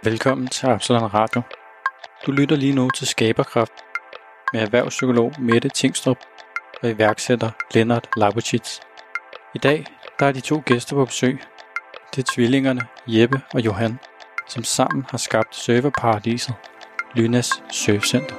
Velkommen til Absalon Radio. Du lytter lige nu til Skaberkraft med erhvervspsykolog Mette Tingstrup og iværksætter Lennart Labuchitz. I dag der er de to gæster på besøg. Det er tvillingerne Jeppe og Johan, som sammen har skabt serverparadiset Lynas Surfcenter.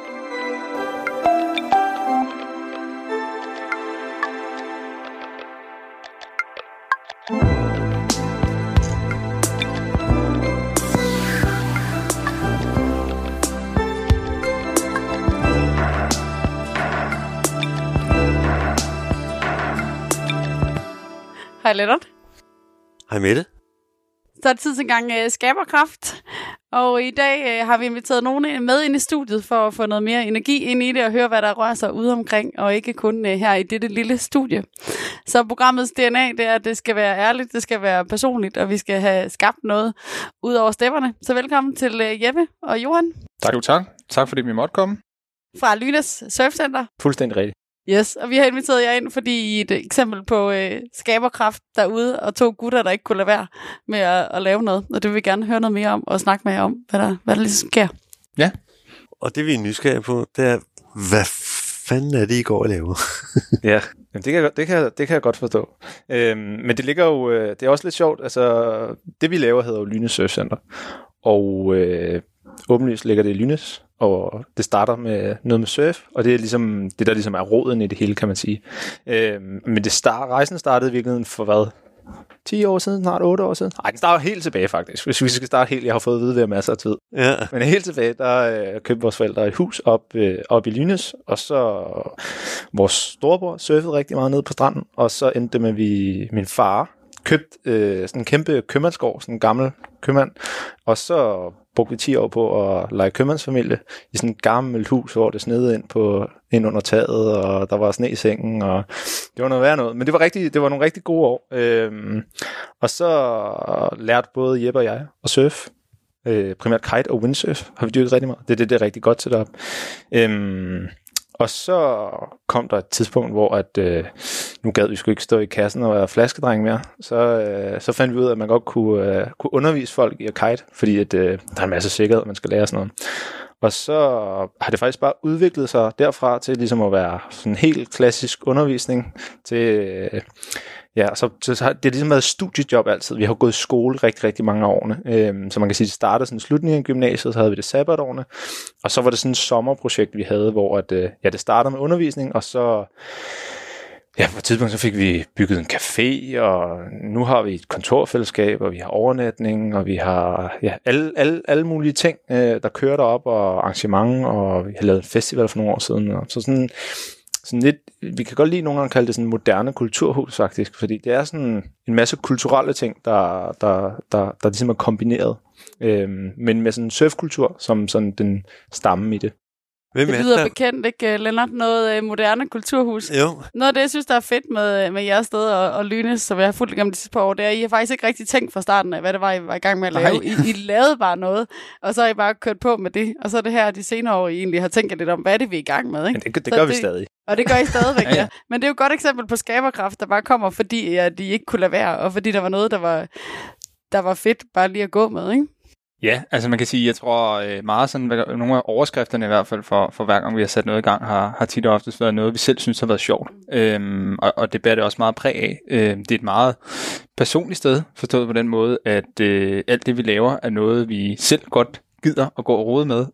Hej Lennart. Hej Mette. Så er det tid til en gang Skaberkraft. Og i dag har vi inviteret nogen med ind i studiet for at få noget mere energi ind i det og høre, hvad der rører sig ude omkring, og ikke kun her i dette lille studie. Så programmets DNA, det er, at det skal være ærligt, det skal være personligt, og vi skal have skabt noget ud over stepperne. Så velkommen til Jeppe og Johan. Tak. Tak fordi vi måtte komme. Fra Lynas Surfcenter. Fuldstændig rigtigt. Yes, og vi har inviteret jer ind, fordi I er et eksempel på skaberkraft derude, og to gutter, der ikke kunne lade være med at lave noget. Og det vil vi gerne høre noget mere om, og snakke med jer om, hvad der ligesom sker. Ja. Og det vi er nysgerrige på, det er, hvad fanden er det, I går og laver? Ja, det kan jeg godt forstå. Men det ligger jo, det er også lidt sjovt, altså det vi laver hedder jo Lynas Surfcenter. Og åbenlyst ligger det i Lynas, og det starter med noget med surf, og det er ligesom det, der ligesom er roden i det hele, kan man sige. Men rejsen startede i virkeligheden for hvad? 10 år siden, snart 8 år siden. Nej, den starter helt tilbage faktisk. Hvis vi skal starte helt, jeg har fået at vide, at vi har masser af tid. Ja. Men helt tilbage, der købte vores forældre et hus op i Lynes, og så vores storebror surfede rigtig meget nede på stranden, og så endte det med, at min far købte sådan en kæmpe købmandsgård, sådan en gammel købmand, og så brugte vi 10 år på at lege købmandsfamilie i sådan et gammelt hus, hvor det snede ind under taget, og der var sne i sengen, og det var noget værd noget. Men det var nogle rigtig gode år. Og så lærte både Jeppe og jeg at surfe. Primært kite og windsurf har vi dyrket rigtig meget. Det er rigtig godt til derop. Og så kom der et tidspunkt, hvor nu gad vi sgu ikke stå i kassen og være flaskedreng mere. Så fandt vi ud af, at man godt kunne undervise folk i at kite, fordi der er en masse sikkerhed, man skal lære sådan noget. Og så har det faktisk bare udviklet sig derfra til ligesom at være sådan en helt klassisk undervisning til... Ja, så det har ligesom været et studiejob altid. Vi har gået i skole rigtig, rigtig mange af årene. Så man kan sige, at det startede sådan i slutningen af gymnasiet, så havde vi det sabbatårene. Og så var det sådan et sommerprojekt, vi havde, hvor det startede med undervisning, og så... Ja, på et tidspunkt så fik vi bygget en café, og nu har vi et kontorfællesskab, og vi har overnatning, og vi har alle mulige ting, der kører derop, og arrangement, og vi har lavet en festival for nogle år siden. Og så sådan lidt, vi kan godt lige nogle gange kalde det sådan moderne kulturhus faktisk, fordi det er sådan en masse kulturelle ting, der ligesom er kombineret, men med sådan en surfkultur som sådan den stamme i det. Det lyder bekendt, ikke, Lennart? Noget moderne kulturhus. Jo. Noget af det, jeg synes, der er fedt med jeres sted og Lynes, som jeg har fulgt igennem de sidste par år, det er, at I har faktisk ikke rigtig tænkt fra starten af, hvad det var, I var i gang med at lave. I lavede bare noget, og så har I bare kørt på med det. Og så er det her, de senere år, I egentlig har tænkt lidt om, hvad er det, vi er i gang med, ikke? Men det gør vi stadig. Og det gør I stadigvæk, ja. Men det er jo et godt eksempel på skaberkraft, der bare kommer, fordi at de ikke kunne lade være, og fordi der var noget, der var fedt bare lige at gå med, ikke? Ja, altså man kan sige, jeg tror meget sådan, nogle af overskrifterne i hvert fald for hver gang vi har sat noget i gang, har tit og oftest været noget, vi selv synes har været sjovt. Og det bærer det også meget præg af. Det er et meget personligt sted, forstået på den måde, at alt det vi laver er noget, vi selv godt gider at gå og rode med.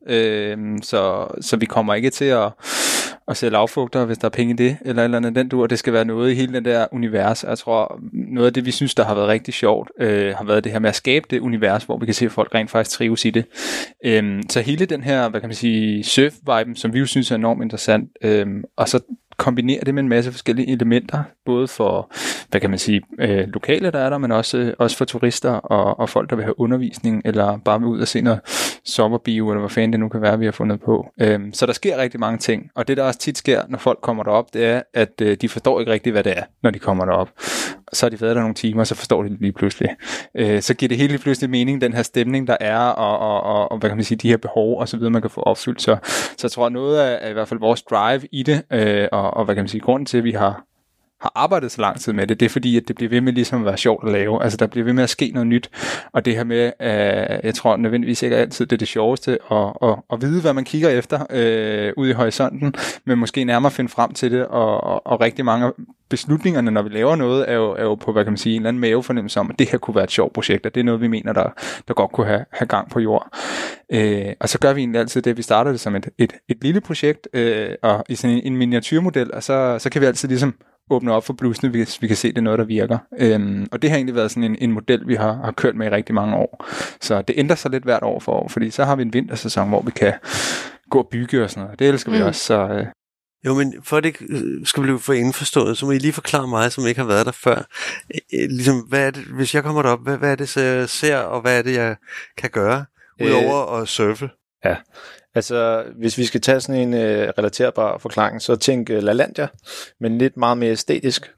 Så vi kommer ikke til at sælge lavfugter, hvis der er penge i det, eller et eller andet den dur. Det skal være noget i hele den der univers. Jeg tror, noget af det, vi synes, der har været rigtig sjovt, har været det her med at skabe det univers, hvor vi kan se, at folk rent faktisk trives i det. Så hele den her, hvad kan man sige, surf-viben, som vi jo synes er enormt interessant, og så kombinere det med en masse forskellige elementer, både for, hvad kan man sige, lokale, der er der, men også for turister og folk, der vil have undervisning, eller bare vil ud og se noget sommerbio, eller hvad fanden det nu kan være, vi har fundet på. Så der sker rigtig mange ting, og det, der også tit sker, når folk kommer derop, det er, at de forstår ikke rigtigt, hvad det er, når de kommer derop. Så har de været der nogle timer, så forstår de det lige pludselig. Så giver det hele pludselig mening, den her stemning, der er, og hvad kan man sige, de her behov, og så videre, man kan få opfyldt. Så jeg tror, noget af i hvert fald vores drive i det, og hvad kan man sige, grunden til, at vi har har arbejdet så lang tid med det, det er fordi, at det bliver ved med ligesom at være sjovt at lave. Altså, der bliver ved med at ske noget nyt, og det her med, jeg tror nødvendigvis ikke altid, det er det sjoveste at vide, hvad man kigger efter ude i horisonten, men måske nærmere finde frem til det, og rigtig mange beslutningerne, når vi laver noget, er jo på, hvad kan man sige, en eller anden mavefornemmelse om, at det her kunne være et sjovt projekt, og det er noget, vi mener, der godt kunne have gang på jord. Og så gør vi egentlig altid det, vi starter det som et lille projekt, og i sådan en miniatyrmodel, og så kan vi altid ligesom åbne op for blusene, hvis vi kan se, det er noget, der virker. Og det har egentlig været sådan en model, vi har kørt med i rigtig mange år. Så det ændrer sig lidt hvert år for år, fordi så har vi en vintersæson, hvor vi kan gå og bygge og sådan noget. Det elsker vi også, så... Jo, men for det skal blive for indforstået, så må I lige forklare mig, som ikke har været der før. Ligesom, hvad er det, hvis jeg kommer derop, hvad er det, så jeg ser, og hvad er det, jeg kan gøre, udover at surfe? Ja, altså hvis vi skal tage sådan en relaterbar forklaring, så tænk LaLandia, men lidt meget mere æstetisk,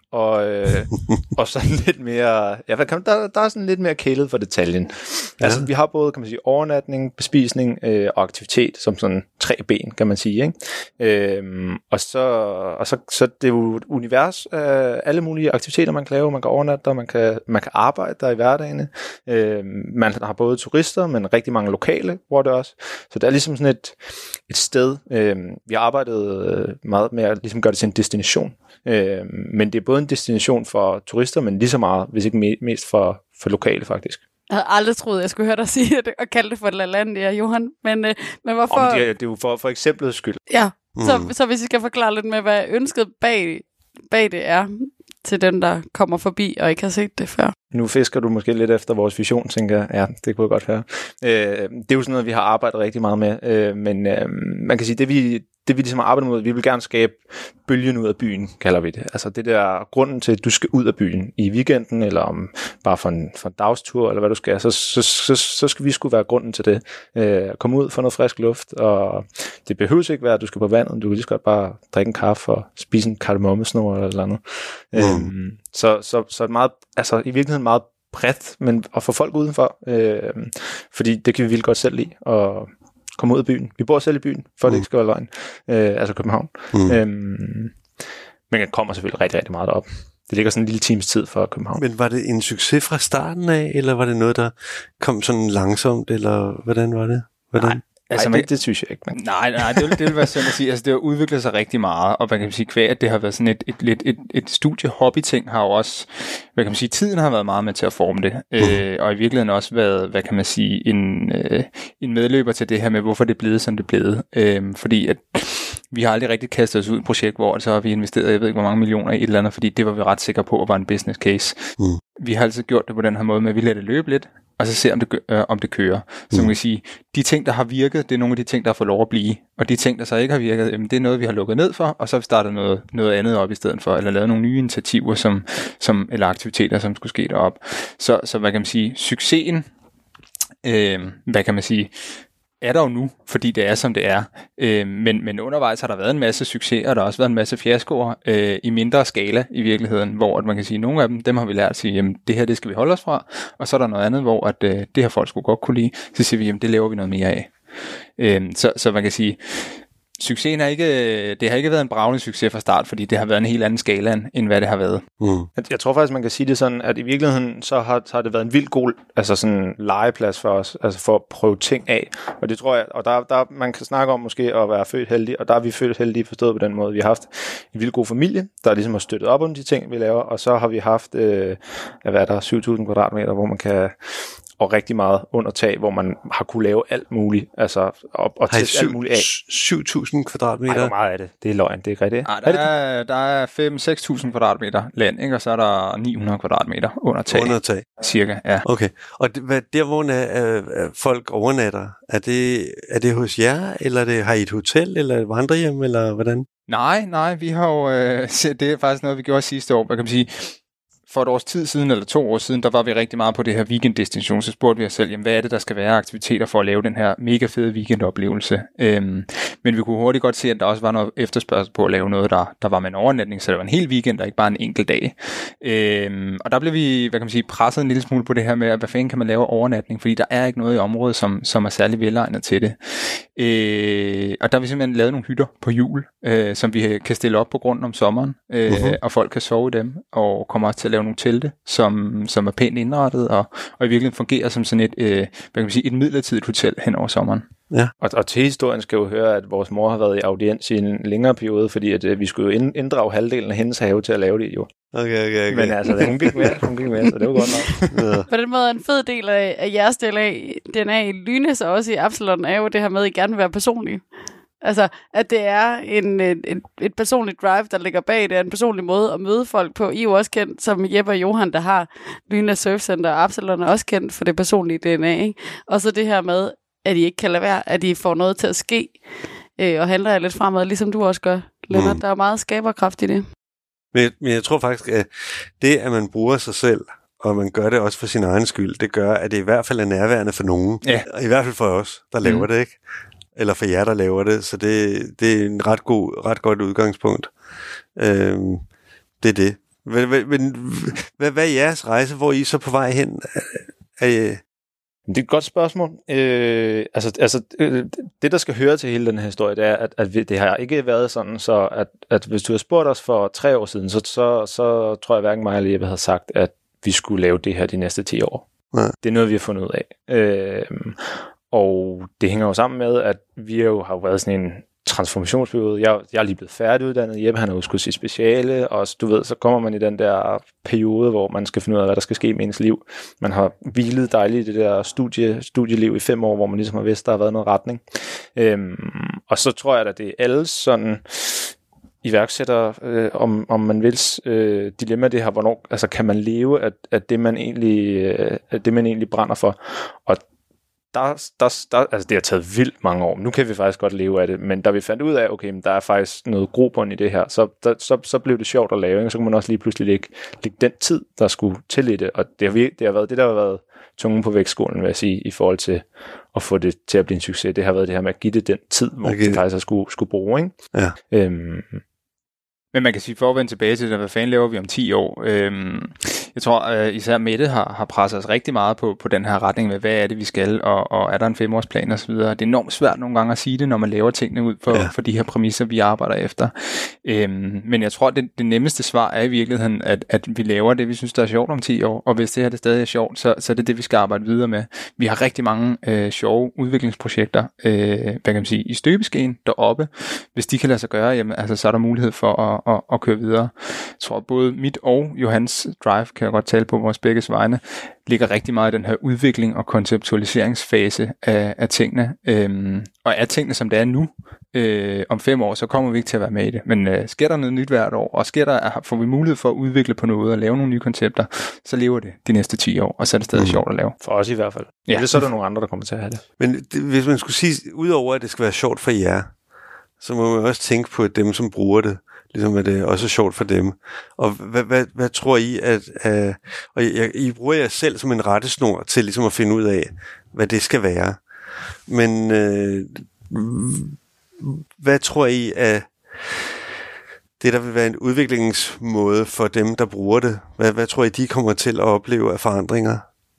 og sådan lidt mere, ja, der er sådan lidt mere kælet for detaljen. Ja. Altså vi har både, kan man sige, overnatning, bespisning og aktivitet, som sådan 3 ben, kan man sige, ikke? Og så det er jo et univers af alle mulige aktiviteter, man kan lave. Man kan overnatte der, man kan arbejde der i hverdagene. Man har både turister, men rigtig mange lokale, hvor det også. Så det er ligesom sådan et sted. Vi har arbejdet meget med at ligesom gøre det til en destination. Men det er både en destination for turister, men lige så meget, hvis ikke mest for lokale faktisk. Jeg havde aldrig troet, jeg skulle høre dig sige det, og kalde det for LaLandia, Johan. Men hvorfor... Det er jo for eksemplets skyld. Ja, så hvis I skal forklare lidt med, hvad ønsket bag det er, til dem, der kommer forbi og ikke har set det før. Nu fisker du måske lidt efter vores vision, tænker jeg. Ja, det kunne jeg godt høre. Det er jo sådan noget, vi har arbejdet rigtig meget med. Men man kan sige, det vi ligesom har arbejdet med, vi vil gerne skabe bølgen ud af byen, kalder vi det. Altså det der grunden til, at du skal ud af byen i weekenden, eller om bare for en dagstur, eller hvad du skal, så skal vi sgu være grunden til det. Komme ud, få noget frisk luft, og det behøver ikke være, at du skal på vandet. Du kan lige så godt bare drikke en kaffe og spise en kardemommesnor eller noget. Så meget, altså i virkeligheden meget bredt, men at få folk udenfor, fordi det kan vi vildt godt selv lide, og komme ud af byen. Vi bor selv i byen, for det ikke skal være løgn. Altså København. Men det kommer selvfølgelig rigtig, rigtig meget derop. Det ligger sådan en lille times tid for København. Men var det en succes fra starten af, eller var det noget, der kom sådan langsomt, eller hvordan var det? Nej. Altså, det synes jeg ikke. Men... Nej, det vil være sådan at sige. Altså, det har udviklet sig rigtig meget, og hvad kan man sige, kvæg, at det har været sådan et studie-hobby-ting, har jo også, hvad kan man sige, tiden har været meget med til at forme det, og i virkeligheden også været, hvad kan man sige, en medløber til det her med, hvorfor det er blevet, som det er blevet. Fordi at vi har aldrig rigtig kastet os ud i et projekt, hvor så har vi investeret, jeg ved ikke hvor mange millioner i et eller andet, fordi det var vi ret sikre på, at var en business case. Vi har altid gjort det på den her måde med, at vi lader det løbe lidt, og så se, om det kører. Så man kan sige, de ting, der har virket, det er nogle af de ting, der har fået lov at blive. Og de ting, der så ikke har virket, det er noget, vi har lukket ned for, og så har vi startet noget andet op i stedet for, eller lavet nogle nye initiativer, eller aktiviteter, som skulle ske derop. Så hvad kan man sige, succesen, hvad kan man sige, er der jo nu, fordi det er, som det er. Men undervejs har der været en masse succeser, og der har også været en masse fiaskoer i mindre skala i virkeligheden, hvor at man kan sige, at nogle af dem har vi lært at sige, jamen det her, det skal vi holde os fra, og så er der noget andet, hvor at, det her folk skulle godt kunne lide, så siger vi, jamen det laver vi noget mere af. Så man kan sige, succesen det har ikke været en bragende succes fra start, fordi det har været en helt anden skala, end hvad det har været. Jeg tror faktisk, man kan sige det sådan, at i virkeligheden, så har det været en vildt god, altså sådan legeplads for os, altså for at prøve ting af. Og det tror jeg, og der man kan snakke om måske at være født heldig, og der er vi født heldige forstået på den måde. Vi har haft en vildt god familie, der ligesom har støttet op om de ting, vi laver, og så har vi haft, 7.000 kvadratmeter, hvor man kan... og rigtig meget under tag, hvor man har kunne lave alt muligt, altså og teste alt muligt af. 7.000 kvadratmeter? Ej, hvor meget er det? Det er løgn, det er ikke rigtigt. Der er 5-6.000 kvadratmeter land, ikke? Og så er der 900 kvadratmeter under tag. Under tag? Cirka, ja. Okay, og der hvor folk overnatter, er det hos jer, eller har I et hotel, eller et vandrehjem, eller hvordan? Nej, vi har jo, det er faktisk noget, vi gjorde sidste år, hvad kan man sige. for et års tid siden, eller 2 år siden, der var vi rigtig meget på det her weekenddestination, så spurgte vi os selv, jamen, hvad er det, der skal være aktiviteter for at lave den her mega fede weekendoplevelse. Men vi kunne hurtigt godt se, at der også var noget efterspørgsel på at lave noget, der var med en overnatning, så det var en hel weekend, og ikke bare en enkelt dag. Og der blev vi, hvad kan man sige, presset en lille smule på det her med, at hvad fanden kan man lave overnatning, fordi der er ikke noget i området, som er særlig velegnet til det. Og der har vi simpelthen lavet nogle hytter på hjul, som vi kan stille op på grunden om sommeren, og folk kan sove i dem, og kommer også til at lave nogle telte, som er pænt indrettet, og i virkeligheden fungerer som sådan et, hvad kan man sige, et midlertidigt hotel hen over sommeren. Ja. Og til historien skal jo høre, at vores mor har været i audiens i en længere periode, fordi at vi skulle jo inddrage halvdelen af hendes have til at lave det jo. Okay. Men altså, hun gik med, så det var godt nok. Ja. På den måde en fed del af jeres DNA i Lynæs og også i Absalon er jo det her med, at I gerne vil være personlige. Altså, at det er et personligt drive, der ligger bag. Det er en personlig måde at møde folk på. I er jo også kendt som Jeppe og Johan, der har Lynæs Surf Center, og Absalon er også kendt for det personlige DNA, ikke? Og så det her med, at I ikke kan lade være, at I får noget til at ske, og handler jeg lidt fremad, ligesom du også gør, Lennart. Der er meget skaberkraft i det. Men jeg tror faktisk, at det, at man bruger sig selv, og man gør det også for sin egen skyld, det gør, at det i hvert fald er nærværende for nogen. Ja. I hvert fald for os, der laver det, ikke? Eller for jer, der laver det. Så det er en ret godt udgangspunkt. Det er det. Hvad er jeres rejse? Hvor er I så på vej hen? Det er et godt spørgsmål. Det, der skal høre til hele den her historie, det er, at det har ikke været sådan, så at hvis du har spurgt os for 3 år siden, så tror jeg hverken mig eller Jeppe havde sagt, at vi skulle lave det her de næste 10 år. Ja. Det er noget, vi har fundet ud af. Og det hænger jo sammen med, at vi har jo været sådan en transformationsperiode. Jeg er lige blevet færdiguddannet. Jeppe, han har jo skulle sit speciale, og du ved, så kommer man i den der periode, hvor man skal finde ud af, hvad der skal ske med ens liv. Man har hvilet dejligt i det der studieliv i 5 år, hvor man ligesom har vidst, der har været noget retning. Og så tror jeg, at det er alle sådan iværksætter, om man vil, dilemma det her, hvornår altså kan man leve af det, man egentlig brænder for. Og altså det har taget vildt mange år. Nu kan vi faktisk godt leve af det, men da vi fandt ud af, okay, men der er faktisk noget grobund i det her, så blev det sjovt at lave, ikke? Så kunne man også lige pludselig lægge den tid, der skulle til i det, og det har været det, der har været tungen på vægtskålen, vil jeg sige, i forhold til at få det til at blive en succes. Det har været det her med at give det den tid, hvor det faktisk skulle bruge, ikke? Ja. Men man kan sige, for at vende tilbage til det, hvad fanden laver vi om 10 år? Jeg tror især Mette har presset os rigtig meget på den her retning med, hvad er det, vi skal, og er der en 5-årsplan og så videre. Det er enormt svært nogle gange at sige det, når man laver tingene ud for de her præmisser, vi arbejder efter. Men jeg tror, det nemmeste svar er i virkeligheden, at vi laver det, vi synes, der er sjovt om 10 år, og hvis det her det stadig er sjovt, så er det det, vi skal arbejde videre med. Vi har rigtig mange sjove udviklingsprojekter, hvad kan man sige, i støbeskeen deroppe. Hvis de kan lade sig gøre, jamen, altså, så er der mulighed for at køre videre. Jeg tror, både mit og Johans drive, kan jeg godt tale på vores begges vegne, ligger rigtig meget i den her udvikling og konceptualiseringsfase af tingene. Og er tingene, som det er nu, om 5 år, så kommer vi ikke til at være med i det. Men sker der noget nyt hvert år, og får vi mulighed for at udvikle på noget og lave nogle nye koncepter, så lever det de næste 10 år, og så er det stadig sjovt at lave. For os i hvert fald. Ja. Ellers så er der nogle andre, der kommer til at have det. Men hvis man skulle sige, udover at det skal være sjovt for jer, så må man også tænke på dem, som bruger det. Ligesom at det også er sjovt for dem. Og hvad tror I, og I bruger jer selv som en rettesnor til ligesom at finde ud af, hvad det skal være. Men hvad tror I er det, der vil være en udviklingsmåde for dem, der bruger det? Hvad tror I, de kommer til at opleve af forandringer?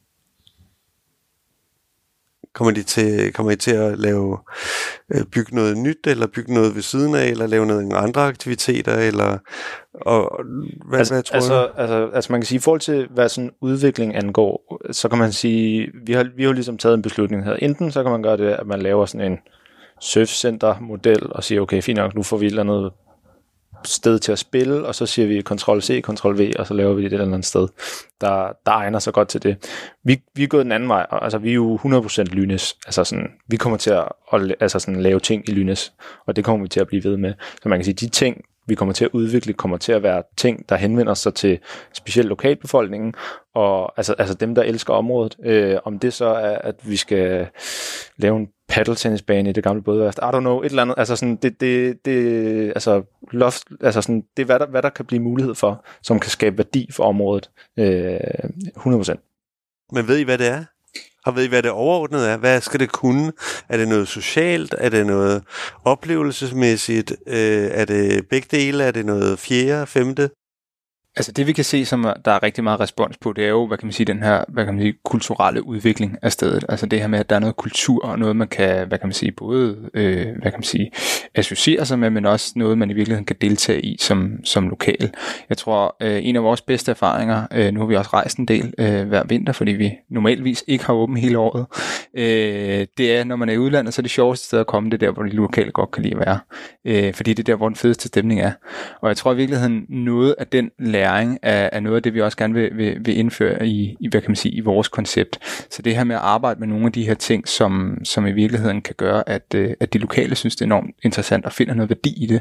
Kommer I til at bygge noget nyt, eller bygge noget ved siden af, eller lave nogle andre aktiviteter, eller hvad tror du? Altså man kan sige, i forhold til hvad sådan udvikling angår, så kan man sige, vi har ligesom taget en beslutning her. Enten så kan man gøre det, at man laver sådan en surfcenter-model, og siger, okay, fint nok, nu får vi et eller andet sted til at spille, og så siger vi Ctrl-C, Ctrl-V, og så laver vi det et eller andet sted, der egner sig godt til det. Vi er gået den anden vej, altså vi er jo 100% Lynæs, altså sådan, vi kommer til at lave ting i Lynæs, og det kommer vi til at blive ved med. Så man kan sige, de ting, vi kommer til at udvikle, kommer til at være ting, der henvender sig til specielt lokalbefolkningen, og altså dem, der elsker området. Om det så er, at vi skal lave en paddeltennisbane i det gamle bådeværft. I don't know, et eller andet. Altså sådan, altså loft, altså sådan, det er hvad der kan blive mulighed for, som kan skabe værdi for området. 100%. Men ved I, hvad det er? Og ved I, hvad det overordnet er? Hvad skal det kunne? Er det noget socialt? Er det noget oplevelsesmæssigt? Er det begge dele? Er det noget fjerde, femte? Altså det vi kan se, som der er rigtig meget respons på, det er jo, den her, kulturelle udvikling af stedet. Altså det her med, at der er noget kultur og noget, man kan, både, associere sig med, men også noget, man i virkeligheden kan deltage i som lokal. Jeg tror, en af vores bedste erfaringer, nu har vi også rejst en del hver vinter, fordi vi normalvis ikke har åbent hele året, det er, når man er i udlandet, så er det sjoveste sted at komme, det der, hvor de lokale godt kan lide at være. Fordi det er der, hvor den fedeste stemning er. Og jeg tror i virkeligheden, noget af den læring er noget af det, vi også gerne vil indføre i vores koncept. Så det her med at arbejde med nogle af de her ting, som i virkeligheden kan gøre, at de lokale synes, det er enormt interessant og finder noget værdi i det.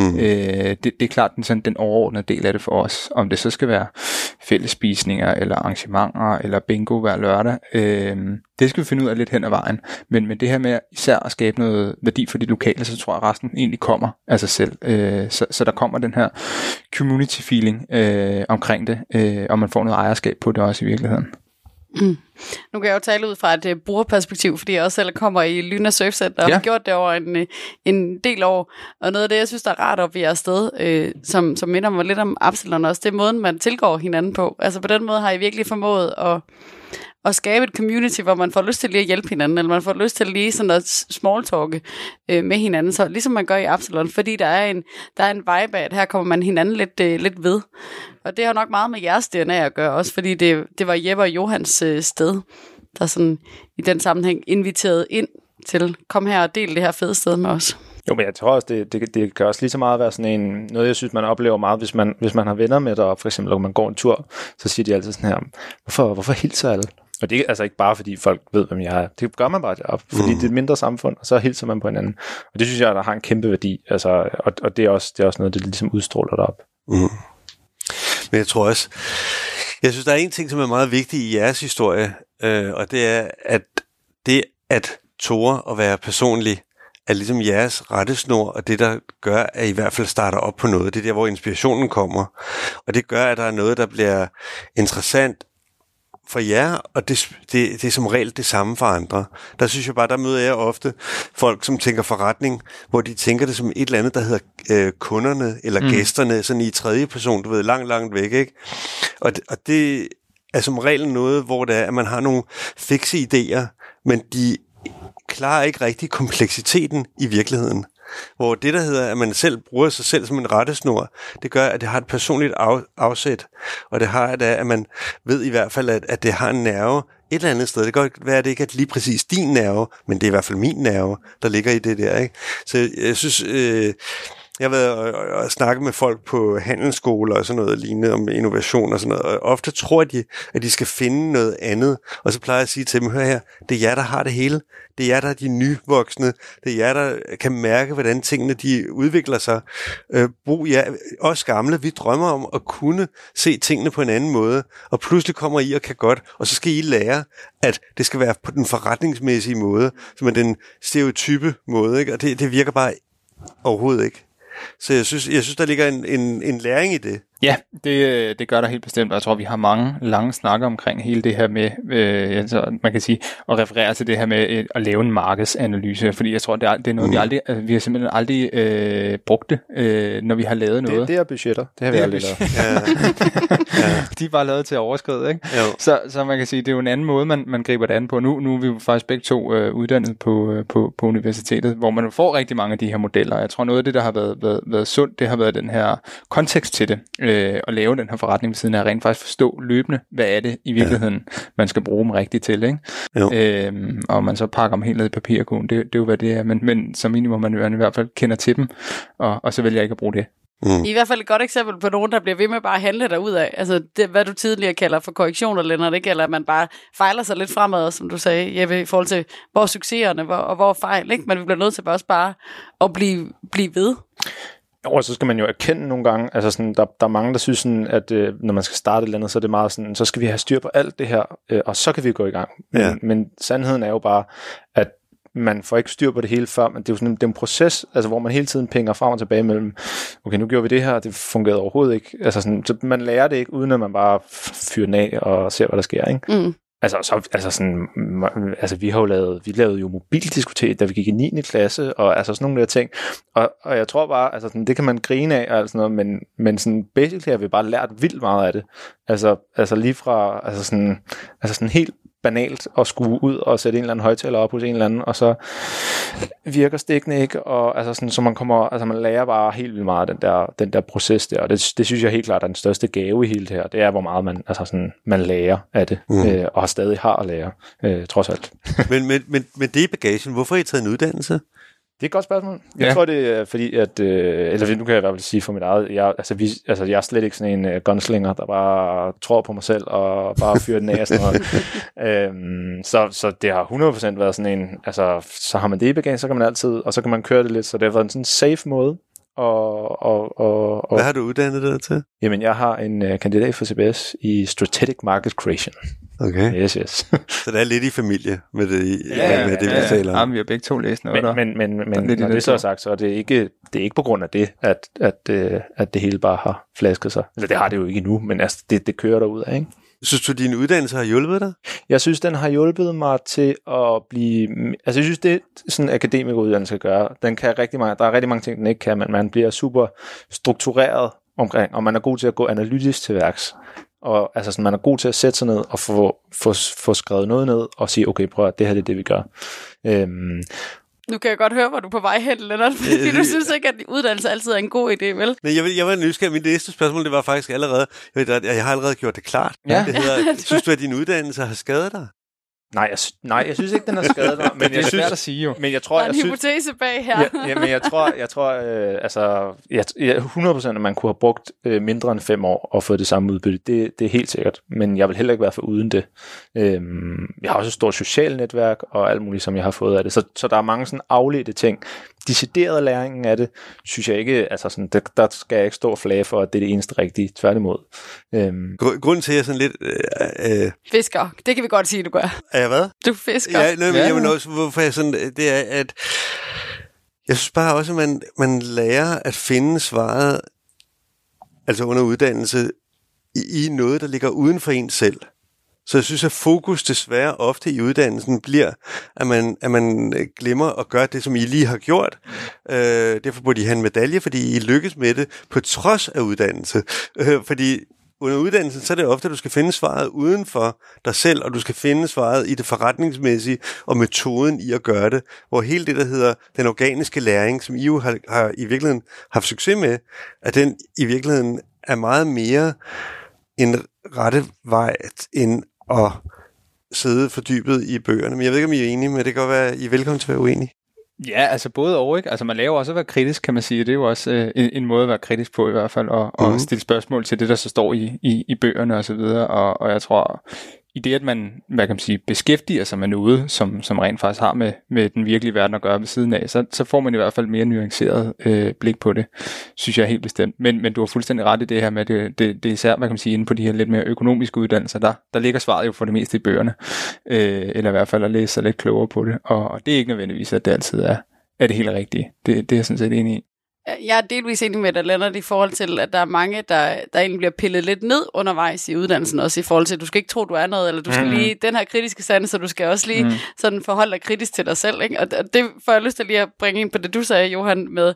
Det er klart den overordnede del af det for os. Om det så skal være fællesspisninger, eller arrangementer, eller bingo hver lørdag, det skal vi finde ud af lidt hen ad vejen. Men det her med især at skabe noget værdi for de lokale, så tror jeg, at resten egentlig kommer af sig selv. Så der kommer den her community feeling omkring det, og man får noget ejerskab på det også i virkeligheden. Nu kan jeg jo tale ud fra et brugerperspektiv, fordi jeg også selv kommer i Lyna Surf Center og har gjort det over en del år. Og noget af det, jeg synes, der er rart op ved jeres sted, som minder mig lidt om Absalon også, det er måden, man tilgår hinanden på. Altså på den måde har I virkelig formået at skabe et community, hvor man får lyst til lige at hjælpe hinanden, eller man får lyst til lige sådan at small talke med hinanden, så ligesom man gør i Absalon, fordi der er en vibe af, at her kommer man hinanden lidt ved. Og det har nok meget med jeres DNA at gøre også, fordi det var Jeppe og Johans sted, der sådan i den sammenhæng inviteret ind til, kom her og del det her fede sted med os. Jo, men jeg tror også, det kan også lige så meget være sådan noget, jeg synes, man oplever meget, hvis man har venner med deroppe, for eksempel, når man går en tur, så siger de altid sådan her, hvorfor hilser alle? Og det er altså ikke bare, fordi folk ved, hvem jeg er. Det gør man bare deroppe, fordi det er et mindre samfund, og så hilser man på hinanden. Og det synes jeg, der har en kæmpe værdi, altså, og det er også noget, det ligesom udstråler deroppe. Men jeg tror også, jeg synes, der er en ting, som er meget vigtig i jeres historie, og det er, at tore at være personlig, er ligesom jeres rettesnor, og det, der gør, at I hvert fald starter op på noget. Det er der, hvor inspirationen kommer. Og det gør, at der er noget, der bliver interessant for jer, og det er som regel det samme for andre. Der synes jeg bare, der møder jeg ofte folk, som tænker forretning, hvor de tænker det som et eller andet, der hedder kunderne eller gæsterne, sådan i tredje person, du ved, langt væk, ikke? Og det er som regel noget, hvor det er, at man har nogle fikse idéer, men de klarer ikke rigtig kompleksiteten i virkeligheden. Hvor det, der hedder, at man selv bruger sig selv som en rettesnor, det gør, at det har et personligt afsæt, og det har, at man ved i hvert fald, at det har en nerve et eller andet sted. Det kan godt være, at det ikke er lige præcis din nerve, men det er i hvert fald min nerve, der ligger i det der, ikke? Så jeg synes, jeg har været og snakket med folk på handelsskoler og sådan noget lignende om innovation og sådan noget, og ofte tror de, at de skal finde noget andet, og så plejer jeg at sige til dem, hør her, det er jer, der har det hele. Det er jer, der er de nyvoksne. Det er jer, der kan mærke, hvordan tingene de udvikler sig. Os gamle, vi drømmer om at kunne se tingene på en anden måde, og pludselig kommer I og kan godt, og så skal I lære, at det skal være på den forretningsmæssige måde, som er den stereotype måde, ikke? Og det virker bare overhovedet ikke. Så jeg synes der ligger en læring i det. Ja, det gør der helt bestemt. Jeg tror, vi har mange lange snakker omkring hele det her med, man kan sige, at referere til det her med at lave en markedsanalyse, fordi jeg tror, det er noget, vi har simpelthen aldrig brugt det, når vi har lavet noget. Det er budgetter. Det har vi aldrig lavet. Ja. De er bare lavet til at overskride, ikke? Så man kan sige, det er jo en anden måde, man griber det an på. Nu er vi jo faktisk begge to uddannet på universitetet, hvor man får rigtig mange af de her modeller. Jeg tror, noget af det, der har været sundt, det har været den her kontekst til det. At lave den her forretning ved siden af, rent faktisk forstå løbende, hvad er det i virkeligheden, man skal bruge dem rigtigt til, ikke? Og man så pakker dem helt ned i papirkurven, det er jo hvad det er, men som minimum man i hvert fald kender til dem, og så vælger jeg ikke at bruge det. I hvert fald et godt eksempel på nogen, der bliver ved med bare at handle derudad. Altså det, hvad du tidligere kalder for korrektioner, Lennart, ikke? Eller at man bare fejler sig lidt fremad, som du sagde, Jeppe, i forhold til hvor succeserne og hvor fejl, ikke? Men vi bliver nødt til også bare at blive ved. Og så skal man jo erkende nogle gange, altså sådan, der er mange, der synes sådan, at når man skal starte et eller andet, så er det meget sådan, så skal vi have styr på alt det her, og så kan vi gå i gang. Men sandheden er jo bare, at man får ikke styr på det hele før, men det er jo sådan en proces, altså hvor man hele tiden pinger frem og tilbage mellem, okay, nu gjorde vi det her, det fungerede overhovedet ikke. Altså sådan, så man lærer det ikke, uden at man bare fyrer den af og ser, hvad der sker, ikke? Mm. Altså vi lavede jo mobildiskotek, da vi gik i 9. klasse, og altså sådan nogle der ting. Og jeg tror bare, altså sådan, det kan man grine af og alt sådan noget, men sådan basically har vi bare lært vildt meget af det. Altså lige fra altså sådan helt banalt at skulle ud og sætte en eller anden højtaler op hos en eller anden, og så virker stikkene ikke, og altså sådan, så man lærer bare helt vildt meget af den der proces der, og det synes jeg helt klart er den største gave i hele det her. Det er, hvor meget man lærer af det, og stadig har at lære, trods alt. men det i bagagen, hvorfor har I taget en uddannelse? Det er et godt spørgsmål. Jeg tror, det er fordi, at... eller nu kan jeg i hvert fald sige for mit eget... Jeg er slet ikke sådan en gunslinger, der bare tror på mig selv og bare fyrer den af og sådan noget. Så det har 100% været sådan en... Altså, så har man det i bagagen, så kan man altid... Og så kan man køre det lidt, så det har været en sådan safe måde. Hvad har du uddannet dig til? Jamen, jeg har en kandidat for CBS i Strategic Market Creation. Okay. Yes. Så det er lidt i familie med det, vi taler om. Ja, vi har begge to læst noget. Men når det så er sagt, så er det ikke på grund af det, at det hele bare har flasket sig. Altså, det har det jo ikke endnu, men altså, det kører derud af, ikke? Synes du, din uddannelse har hjulpet dig? Jeg synes, den har hjulpet mig til at blive... Altså, jeg synes, det sådan en akademikeruddannelse kan gøre. Den kan rigtig mange... Der er rigtig mange ting, den ikke kan, men man bliver super struktureret omkring, og man er god til at gå analytisk til værks. Og altså, sådan, man er god til at sætte sig ned og få skrevet noget ned og sige, okay, prøv at det her det er det, vi gør. Nu kan jeg godt høre, hvor du er på vej hen, Lennart, fordi du synes ikke, at uddannelse altid er en god idé, vel? Nej, jeg var nysgerrig. Mit næste spørgsmål, det var faktisk allerede... Jeg har allerede gjort det klart. Ja. Det hedder, synes du, at din uddannelse har skadet dig? Nej, jeg synes ikke, den har skadet mig. Men det er svært at sige jo. Men jeg tror, der er en hypotese bag her. Men jeg tror, altså, 100% at man kunne have brugt mindre end 5 år og fået det samme udbytte. Det er helt sikkert. Men jeg vil heller ikke være for uden det. Jeg har også et stort socialt netværk og alt muligt, som jeg har fået af det. Så der er mange sådan afledte ting. Decideret læringen af det, synes jeg ikke, altså sådan, der skal jeg ikke stå og flage for, at det er det eneste rigtige. Tværtimod. Grunden til, at jeg sådan lidt... Fisker. Det kan vi godt sige, du gør. Er jeg hvad? Du fisker. Ja, men jamen også, hvorfor jeg sådan... Det er, at... Jeg synes bare også, at man lærer at finde svaret, altså under uddannelse, i noget, der ligger uden for en selv. Så jeg synes, at fokus desværre ofte i uddannelsen bliver, at man glemmer at gøre det, som I lige har gjort. Derfor burde I have en medalje, fordi I lykkes med det på trods af uddannelse. Fordi under uddannelsen, så er det ofte, at du skal finde svaret uden for dig selv, og du skal finde svaret i det forretningsmæssige og metoden i at gøre det. Hvor hele det, der hedder den organiske læring, som I jo har i virkeligheden haft succes med, at den i virkeligheden er meget mere en rette vej end at sidde fordybet i bøgerne. Men jeg ved ikke, om I er enige, men det kan godt være, at I er velkommen til at være uenige. Ja, altså både og, ikke? Altså man lærer også at være kritisk, kan man sige. Det er jo også en måde at være kritisk på i hvert fald, og stille spørgsmål til det, der så står i bøgerne og så videre. Og jeg tror, i det, at man, hvad kan man sige, beskæftiger sig med noget, som rent faktisk har med den virkelige verden at gøre ved siden af, så får man i hvert fald mere nuanceret blik på det, synes jeg helt bestemt. Men du har fuldstændig ret i det her med, det er især, hvad kan man sige, inde på de her lidt mere økonomiske uddannelser, der ligger svaret jo for det meste i bøgerne, eller i hvert fald at læse sig lidt klogere på det, og det er ikke nødvendigvis, at det altid er det helt rigtige. Det er jeg sådan set enig i. Jeg er delvis enig med dig, Lennart, i forhold til, at der er mange, der egentlig bliver pillet lidt ned undervejs i uddannelsen, også i forhold til, at du skal ikke tro, du er noget, eller du skal lige, den her kritiske sande, så du skal også lige sådan forholde dig kritisk til dig selv, ikke? Og det får jeg lyst til lige at bringe ind på det, du sagde, Johan, med,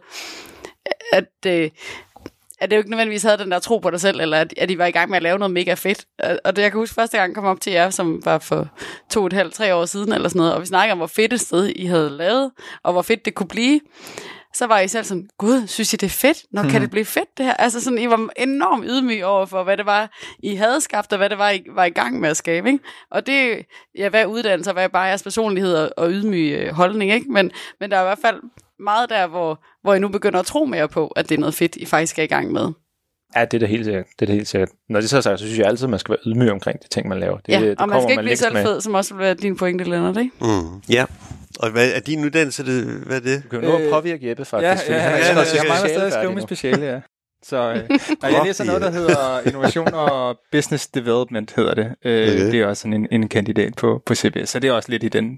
at det jo ikke nødvendigvis havde den der tro på dig selv, eller at I var i gang med at lave noget mega fedt. Og det, jeg kan huske første gang, jeg kom op til jer, som var for 2,5-3 år siden, eller sådan noget, og vi snakkede om, hvor fedt et sted I havde lavet, og hvor fedt det kunne blive. Så var I selv sådan, gud, synes I det er fedt? Nå, kan det blive fedt det her? Altså sådan, I var enormt ydmyge over for, hvad det var, I havde skabt, og hvad det var, I var i gang med at skabe, ikke? Og det, ja, hvad er uddannelse, hvad er bare jeres personlighed og ydmyge holdning, ikke? Men der er i hvert fald meget der, hvor I nu begynder at tro mere på, at det er noget fedt, I faktisk er i gang med. Ja, det er da helt sikkert. Når det så er sagt, så synes jeg altid, at man skal være ydmyg omkring de ting, man laver. Det og man skal ikke blive selvfed, som også vil være din pointe, Lennart, ikke? Ja. Og hvad er din uddannelse? Hvad er det? Du kan jo nå at påvirke Jeppe, faktisk. Ja, jeg mangler stadig at skrive mit speciale, ja. Så jeg læser noget, der hedder Innovation og Business Development, hedder det. Det er også sådan en kandidat på CBS, så det er også lidt i den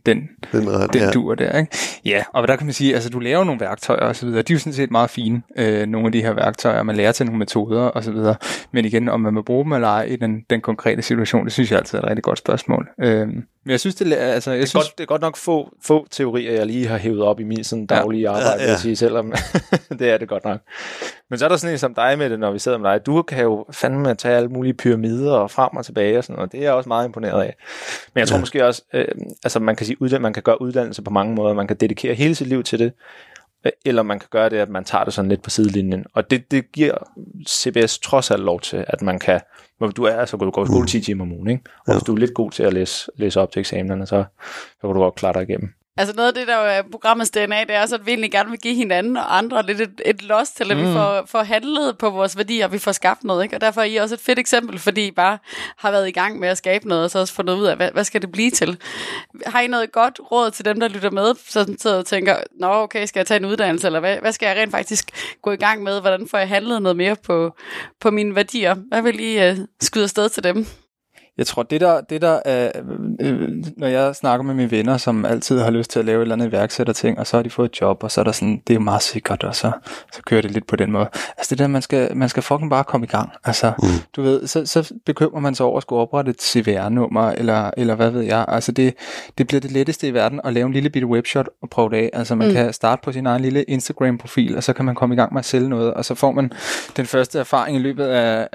dur der, ikke? Ja, og der kan man sige, altså du laver nogle værktøjer og så videre, de er jo sådan set meget fine, nogle af de her værktøjer, man lærer til nogle metoder og så videre, men igen, om man må bruge dem eller ej i den konkrete situation, det synes jeg altid er et rigtig godt spørgsmål. Men jeg synes, det er godt nok få teorier, jeg lige har hævet op i min sådan daglige arbejde, vil jeg sige, selvom det er det godt nok. Men så er der sådan en som dig med det, når vi sidder med dig. Du kan jo fandme tage alle mulige pyramider og frem og tilbage og sådan noget. Det er jeg også meget imponeret af. Men jeg tror måske også, altså man kan sige, man kan gøre uddannelse på mange måder. Man kan dedikere hele sit liv til det, eller man kan gøre det, at man tager det sådan lidt på sidelinjen. Og det giver CBS trods alt lov til, at man kan, du er altså går i skole 10 timer om ugen, ikke? Og hvis du er lidt god til at læse op til eksamenerne, så kan du godt klare dig igennem. Altså noget af det, der er programmets DNA, det er også, at vi egentlig gerne vil give hinanden og andre lidt et los til, at vi får handlet på vores værdier, og vi får skabt noget, ikke? Og derfor er I også et fedt eksempel, fordi I bare har været i gang med at skabe noget, og så også fundet ud af, hvad skal det blive til? Har I noget godt råd til dem, der lytter med, så tænker, nå okay, skal jeg tage en uddannelse, eller hvad skal jeg rent faktisk gå i gang med? Hvordan får jeg handlet noget mere på mine værdier? Hvad vil I skyde afsted til dem? Jeg tror, det der er, når jeg snakker med mine venner, som altid har lyst til at lave et eller andet iværksætterting, og så har de fået et job, og så er der sådan, det er jo meget sikkert, og så kører det lidt på den måde. Altså det der, man skal fucking bare komme i gang. Altså, du ved, så bekymrer man sig over at skulle oprette et CVR-nummer, eller hvad ved jeg. Altså det bliver det letteste i verden at lave en lille bitte webshop og prøve det af. Altså man kan starte på sin egen lille Instagram-profil, og så kan man komme i gang med at sælge noget, og så får man den første erfaring i løbet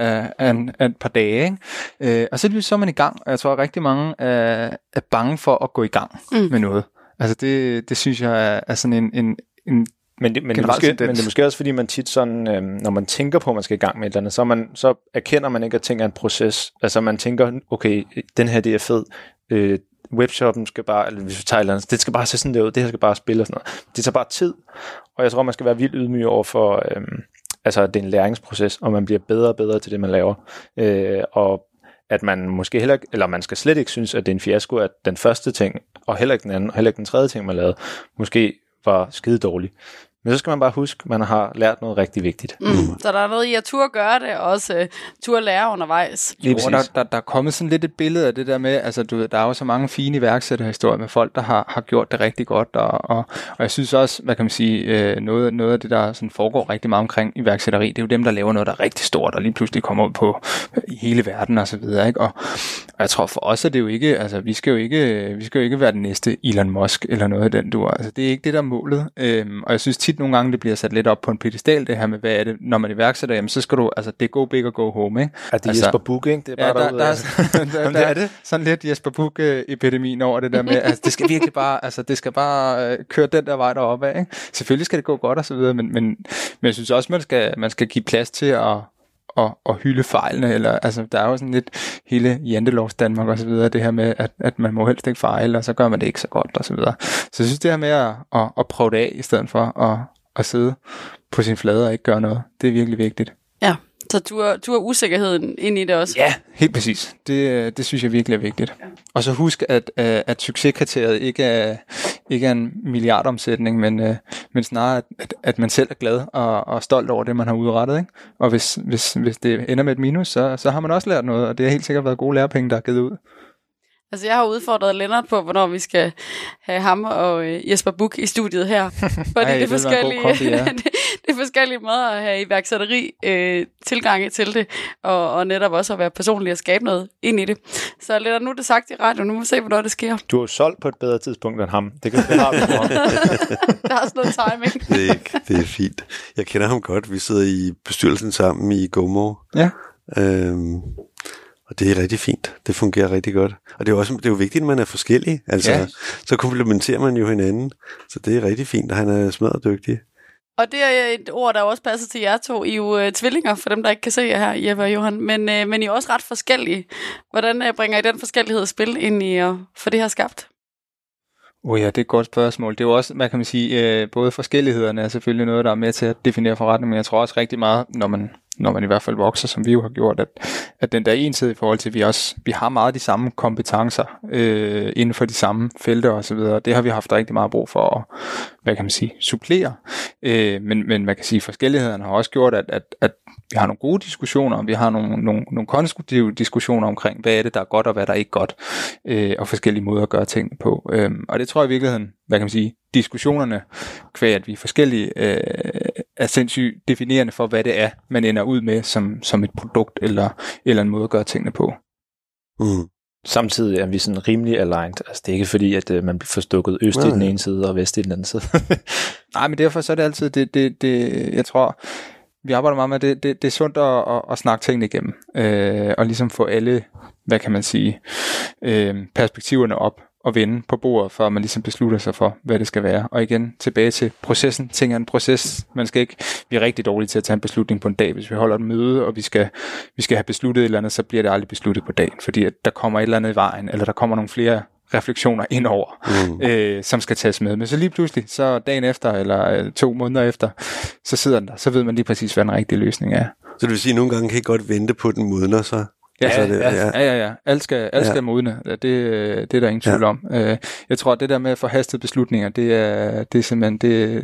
af et par dage, ikke? Og så er man i gang, og jeg tror, at rigtig mange er bange for at gå i gang med noget. Altså det synes jeg er sådan en men det er måske også, fordi man tit sådan, når man tænker på, at man skal i gang med et eller andet, så erkender man ikke, at ting er en proces. Altså man tænker, okay, den her, det er fed. Webshoppen skal bare, eller hvis vi tager et eller andet, det skal bare se sådan der ud, det her skal bare spille og sådan noget. Det tager bare tid, og jeg tror, man skal være vildt ydmyg over for, altså det er en læringsproces, og man bliver bedre og bedre til det, man laver. Og at man måske heller ikke, eller man skal slet ikke synes, at det er en fiasko, at den første ting, og heller ikke den anden, og heller ikke den tredje ting, man lavede, måske var skide dårlig. Men så skal man bare huske, at man har lært noget rigtig vigtigt. Så der er noget i at turde gøre det, og også turde lære undervejs. Der er kommet sådan lidt et billede af det der med, altså du ved, der er jo så mange fine iværksætterhistorier med folk, der har gjort det rigtig godt, og jeg synes også, hvad kan man sige, noget af det, der sådan foregår rigtig meget omkring iværksætteri, det er jo dem, der laver noget, der er rigtig stort, og lige pludselig kommer ud på i hele verden og så videre, ikke? Og jeg tror for os, at det jo ikke, altså vi skal jo ikke være den næste Elon Musk eller noget af den dur. Altså det er ikke det, der er målet. Og jeg synes tit nogle gange, det bliver sat lidt op på en pedestal, det her med, hvad er det, når man iværksætter, jamen så skal du, altså det er go big og go home, ikke? Er det Jesper Buch, ikke? Det er bare der er det. Sådan lidt Jesper Buch-epidemien over det der med, altså det skal virkelig bare, altså det skal bare køre den der vej deroppe af, ikke? Selvfølgelig skal det gå godt og så videre, men jeg synes også, man skal give plads til at hylde fejlene, eller altså der er jo sådan lidt hele Jantelovs Danmark og så videre, det her med, at man må helst ikke fejle, og så gør man det ikke så godt og så videre. Så jeg synes det her med at prøve det af, i stedet for at sidde på sin flade og ikke gøre noget, det er virkelig vigtigt. Ja, så du har usikkerheden ind i det også. Ja, helt præcis. Det synes jeg virkelig er vigtigt. Ja. Og så husk, at succeskriteriet ikke er en milliardomsætning, men snarere, at man selv er glad og stolt over det, man har udrettet, ikke? Og hvis det ender med et minus, så har man også lært noget, og det har helt sikkert været gode lærepenge, der er givet ud. Altså, jeg har udfordret Lennart på, hvornår vi skal have ham og Jesper Buch i studiet her. Fordi det er forskellige måder at have iværksætteri tilgange til det, og netop også at være personlig og skabe noget ind i det. Så Lennart, nu er det sagt i radio, nu må vi se, hvornår det sker. Du er solgt på et bedre tidspunkt end ham. Det har vi for ham. Der er også noget timing. Det er fint. Jeg kender ham godt. Vi sidder i bestyrelsen sammen i GoMo. Ja. Og det er rigtig fint. Det fungerer rigtig godt. Og det er jo vigtigt, at man er forskellig. Altså, så komplementerer man jo hinanden. Så det er rigtig fint, at han er smadret dygtig. Og det er et ord, der også passer til jer to. I er jo tvillinger, for dem, der ikke kan se jer her, Jeppe og Johan. Men I er også ret forskellige. Hvordan bringer I den forskellighed i spil ind i at få det her skabt? Ja, det er et godt spørgsmål. Det er jo også, hvad kan man sige, både forskellighederne er selvfølgelig noget, der er med til at definere forretning, men jeg tror også rigtig meget, når man i hvert fald vokser, som vi jo har gjort, at den der ensidige i forhold til, vi har meget de samme kompetencer inden for de samme felter og så videre. Det har vi haft rigtig meget brug for hvad kan man sige, supplere. Men man kan sige, forskellighederne har også gjort, at vi har nogle gode diskussioner, og vi har nogle konstruktive diskussioner omkring, hvad er det, der er godt, og hvad der er ikke godt, og forskellige måder at gøre tingene på. Og det tror jeg i virkeligheden, hvad kan man sige, diskussionerne, kvæg at vi er forskellige, er sindssygt definerende for, hvad det er, man ender ud med som et produkt, eller en måde at gøre tingene på. Mm. Samtidig er vi sådan rimelig aligned. Altså, det er ikke fordi, at man bliver forstukket øst i den ene side og vest i den anden side. Nej, men derfor så er det altid, jeg tror, vi arbejder meget med, det er sundt at snakke tingene igennem, og ligesom få alle, hvad kan man sige, perspektiverne op og vende på bordet, før man ligesom beslutter sig for, hvad det skal være. Og igen, tilbage til processen. Ting er en proces. Vi er rigtig dårlige til at tage en beslutning på en dag. Hvis vi holder et møde, og vi skal have besluttet et eller andet, så bliver det aldrig besluttet på dagen, fordi at der kommer et eller andet i vejen, eller der kommer nogle flere refleksioner indover, som skal tages med. Men så lige pludselig, så dagen efter, eller 2 måneder efter, så sidder den der. Så ved man lige præcis, hvad den rigtige løsning er. Så det vil sige, at nogle gange kan I godt vente på den modner, så? Ja. Alt skal modne. Det er der ingen tvivl om. Jeg tror, at det der med forhastede beslutninger, det er simpelthen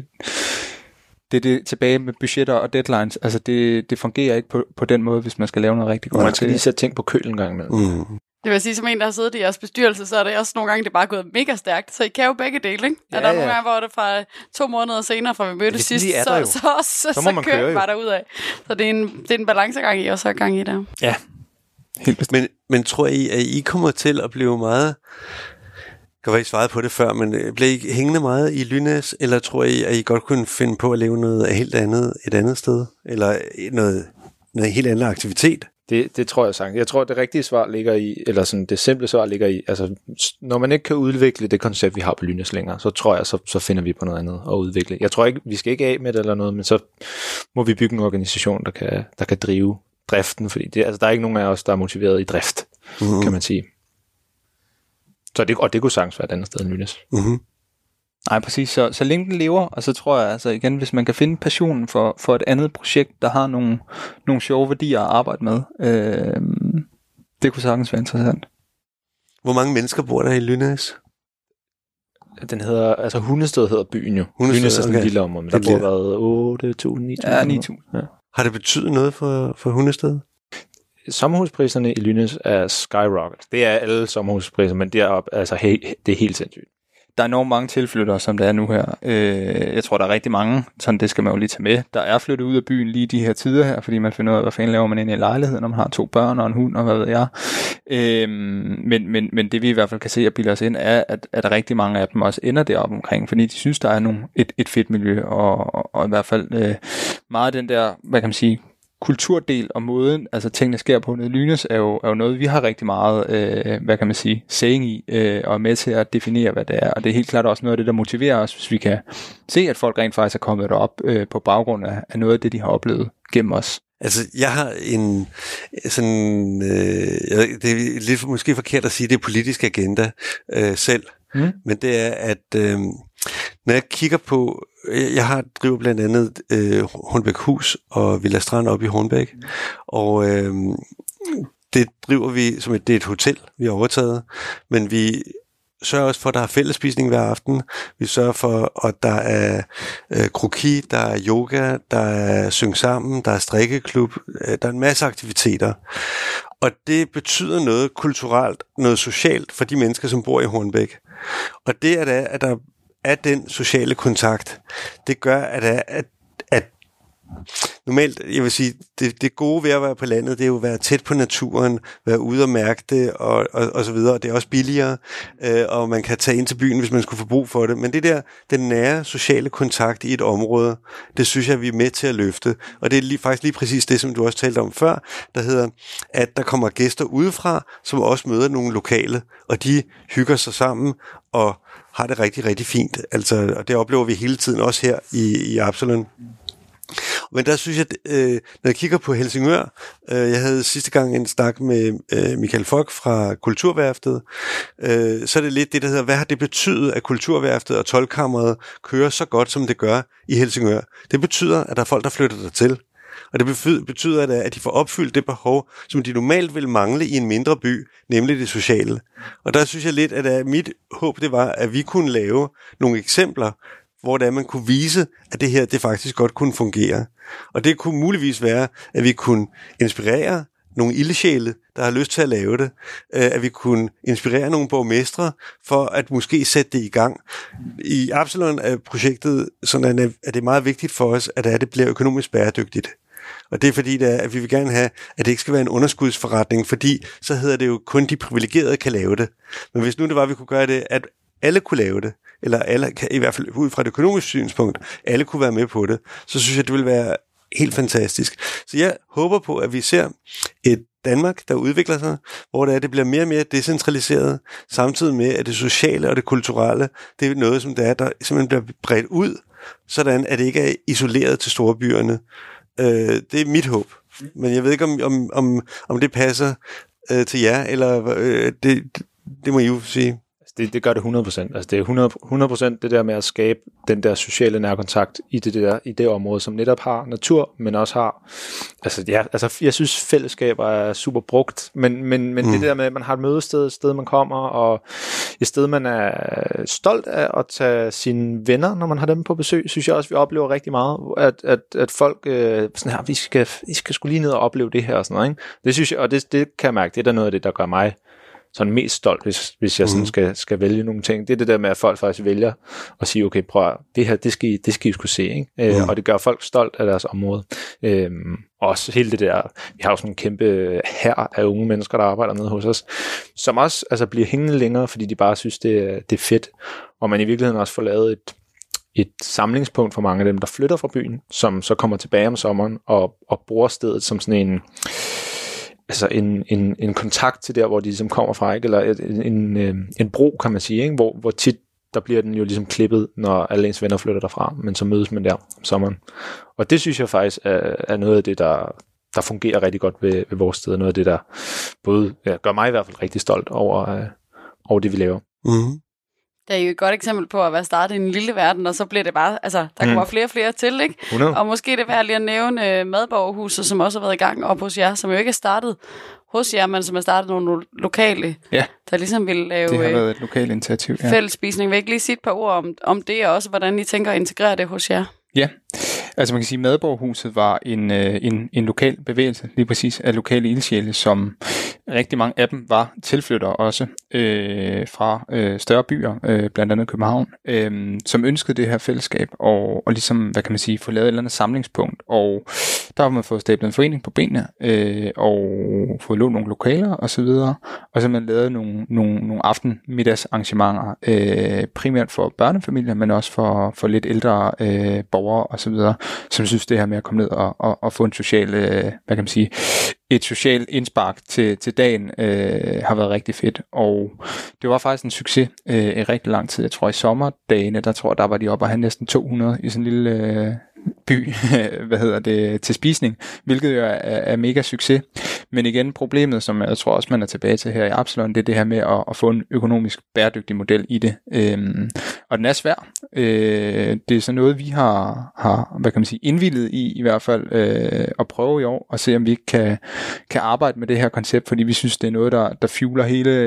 det tilbage med budgetter og deadlines. Altså det fungerer ikke på den måde, hvis man skal lave noget rigtig godt. Man skal lige sætte ting på køl en gang imellem. Det vil sige, som en, der har siddet i jeres bestyrelse, så er det også nogle gange, det er bare gået mega stærkt. Så I kan jo begge dele, ikke? Ja, er der nogle gange, hvor det fra 2 måneder senere, fra vi mødtes sidst, så kører vi bare derudad. Så det er en balancegang, I også har gang i der. Ja, helt bestemt. Men tror I, at I kommer til at blive meget... Jeg kan ikke svare på det før, men bliver I hængende meget i Lynæs, eller tror I, at I godt kunne finde på at lave noget helt andet et andet sted? Eller noget helt andet aktivitet? Det tror jeg sagt. Jeg tror, det rigtige svar ligger i, eller sådan det simple svar ligger i, altså når man ikke kan udvikle det koncept, vi har på Lynæs længere, så tror jeg, så finder vi på noget andet at udvikle. Jeg tror ikke, vi skal ikke af med det eller noget, men så må vi bygge en organisation, der kan drive driften, fordi der er ikke nogen af os, der er motiveret i drift, kan man sige. Så det kunne sagtens være et andet sted end Lynæs. Nej, præcis. Så længe den lever, og så tror jeg, altså igen, hvis man kan finde passionen for et andet projekt, der har nogle sjove værdier at arbejde med, det kunne sagtens være interessant. Hvor mange mennesker bor der i Lynæs? Den hedder, altså Hundested hedder byen jo. Lynæs er sådan en lille område, men der bor været 8.000, 9.000. Ja, 9.000. Ja. Har det betydet noget for Hundested? Sommerhuspriserne i Lynæs er skyrocket. Det er alle sommerhuspriser, men deroppe, altså det er helt sindssygt. Der er enormt mange tilflyttere, som der er nu her. Jeg tror, der er rigtig mange, sådan det skal man jo lige tage med. Der er flyttet ud af byen lige de her tider her, fordi man finder ud af, hvad fanden laver man inde i lejligheden, når man har 2 børn og en hund, og hvad ved jeg. Men det vi i hvert fald kan se og bilde os ind, er, at rigtig mange af dem også ender deroppe omkring, fordi de synes, der er et fedt miljø, og i hvert fald meget af den der, hvad kan man sige, kulturdel og måden, altså tingene sker på nede i Lynæs, er jo noget, vi har rigtig meget, hvad kan man sige, saying i, og er med til at definere, hvad det er. Og det er helt klart også noget af det, der motiverer os, hvis vi kan se, at folk rent faktisk er kommet derop på baggrund af noget af det, de har oplevet gennem os. Altså, jeg har en sådan, det er lidt måske forkert at sige, det er politisk agenda selv, men det er, at når jeg kigger på, jeg driver blandt andet Hornbækhus og Villa Strand op i Hornbæk, og det driver vi som det er et hotel, vi har overtaget, men vi sørger også for, at der er fællesspisning hver aften. Vi sørger for, at der er kroki, der er yoga, der er syng sammen, der er strikkeklub, der er en masse aktiviteter. Og det betyder noget kulturelt, noget socialt for de mennesker, som bor i Hornbæk. Og det er at der er den sociale kontakt, det gør, at normalt, jeg vil sige, det gode ved at være på landet, det er jo at være tæt på naturen, være ude og mærke det, og så videre, og det er også billigere, og man kan tage ind til byen, hvis man skulle få brug for det, men det der, den nære sociale kontakt i et område, det synes jeg, vi er med til at løfte, og det er faktisk lige præcis det, som du også talte om før, der hedder, at der kommer gæster udefra, som også møder nogle lokale, og de hygger sig sammen, og har det rigtig, rigtig fint, altså, og det oplever vi hele tiden, også her i Absalon. Men der synes jeg, når jeg kigger på Helsingør, jeg havde sidste gang en snak med Michael Fock fra Kulturværftet, så er det lidt det, der hedder, hvad har det betydet, at Kulturværftet og Toldkammeret kører så godt, som det gør i Helsingør? Det betyder, at der er folk, der flytter dertil. Og det betyder, at de får opfyldt det behov, som de normalt vil mangle i en mindre by, nemlig det sociale. Og der synes jeg lidt, at mit håb det var, at vi kunne lave nogle eksempler hvor det er, man kunne vise, at det her, det faktisk godt kunne fungere. Og det kunne muligvis være, at vi kunne inspirere nogle ildsjæle, der har lyst til at lave det, at vi kunne inspirere nogle borgmestre for at måske sætte det i gang. I Absalon er projektet sådan, at det er meget vigtigt for os, at det bliver økonomisk bæredygtigt. Og det er fordi, at vi vil gerne have, at det ikke skal være en underskudsforretning, fordi så hedder det jo kun de privilegerede kan lave det. Men hvis nu det var, at vi kunne gøre det, at alle kunne lave det, eller alle, i hvert fald ud fra et økonomisk synspunkt, alle kunne være med på det, så synes jeg, det ville være helt fantastisk. Så jeg håber på, at vi ser et Danmark, der udvikler sig, hvor det bliver mere og mere decentraliseret, samtidig med, at det sociale og det kulturelle, det er noget, som der simpelthen bliver bredt ud, sådan at det ikke er isoleret til storbyerne. Det er mit håb. Men jeg ved ikke, om det passer til jer, eller det må I jo sige. Det gør det 100%. Altså det er 100% det der med at skabe den der sociale nærkontakt i det område, som netop har natur, men også har, jeg synes fællesskaber er super brugt, men det der med, at man har et mødested, et sted man kommer, og et sted man er stolt af at tage sine venner, når man har dem på besøg, synes jeg også, vi oplever rigtig meget, at folk sådan her, I skal sgu lige ned og opleve det her og sådan noget, ikke? Det synes jeg, og det kan jeg mærke, det er der noget af det, der gør mig sådan mest stolt, hvis jeg sådan skal vælge nogle ting. Det er det der med, at folk faktisk vælger at sige, okay, prøv at, det her, det skal I skulle se, ikke? Og det gør folk stolt af deres område. Også hele det der, vi har jo sådan en kæmpe hær af unge mennesker, der arbejder nede hos os, som også bliver hængende længere, fordi de bare synes, det er fedt. Og man i virkeligheden også får lavet et samlingspunkt for mange af dem, der flytter fra byen, som så kommer tilbage om sommeren og bruger stedet som sådan en kontakt til der, hvor de ligesom kommer fra, ikke? Eller en bro, kan man sige, ikke? Hvor tit, der bliver den jo ligesom klippet, når alle ens venner flytter derfra, men så mødes man der om sommeren. Og det synes jeg faktisk er noget af det, der fungerer rigtig godt ved vores sted, noget af det, der både gør mig i hvert fald rigtig stolt over det, vi laver. Mm-hmm. Det er jo et godt eksempel på at være startet i en lille verden, og så bliver det bare, der kommer flere og flere til, ikke? 100. Og måske det er værd lige at nævne Madborgerhuset, som også har været i gang op hos jer, som jo ikke er startet hos jer, men som er startet nogle lokale, der ligesom vil lave det har været et lokalt initiativ, fællesspisning. Vil I ikke lige sige et par ord om det, og også hvordan I tænker at integrere det hos jer? Ja, altså man kan sige, at Madborgerhuset var en lokal bevægelse, lige præcis af lokale ildsjæle, som rigtig mange af dem var tilflyttere også fra større byer, blandt andet København, som ønskede det her fællesskab og ligesom, hvad kan man sige, få lavet et eller andet samlingspunkt. Og der har man fået stablet en forening på benene og fået lånt nogle lokaler og så videre, og så har man lavet nogle aftenmiddagsarrangementer, primært for børnefamilier, men også for lidt ældre borgere og så videre, som synes det her med at komme ned og få en social, hvad kan man sige, et socialt indspark til dagen har været rigtig fedt, og det var faktisk en succes i rigtig lang tid. Jeg tror i sommerdagene, der var de oppe og have næsten 200 i sådan en lille by, til spisning, hvilket jo er mega succes. Men igen, problemet, som jeg tror også, man er tilbage til her i Absalon, det er det her med at få en økonomisk bæredygtig model i det. Og den er svær. Det er så noget, vi har hvad kan man sige, indvildet i hvert fald, at prøve i år, og se om vi ikke kan arbejde med det her koncept, fordi vi synes, det er noget, der fueler hele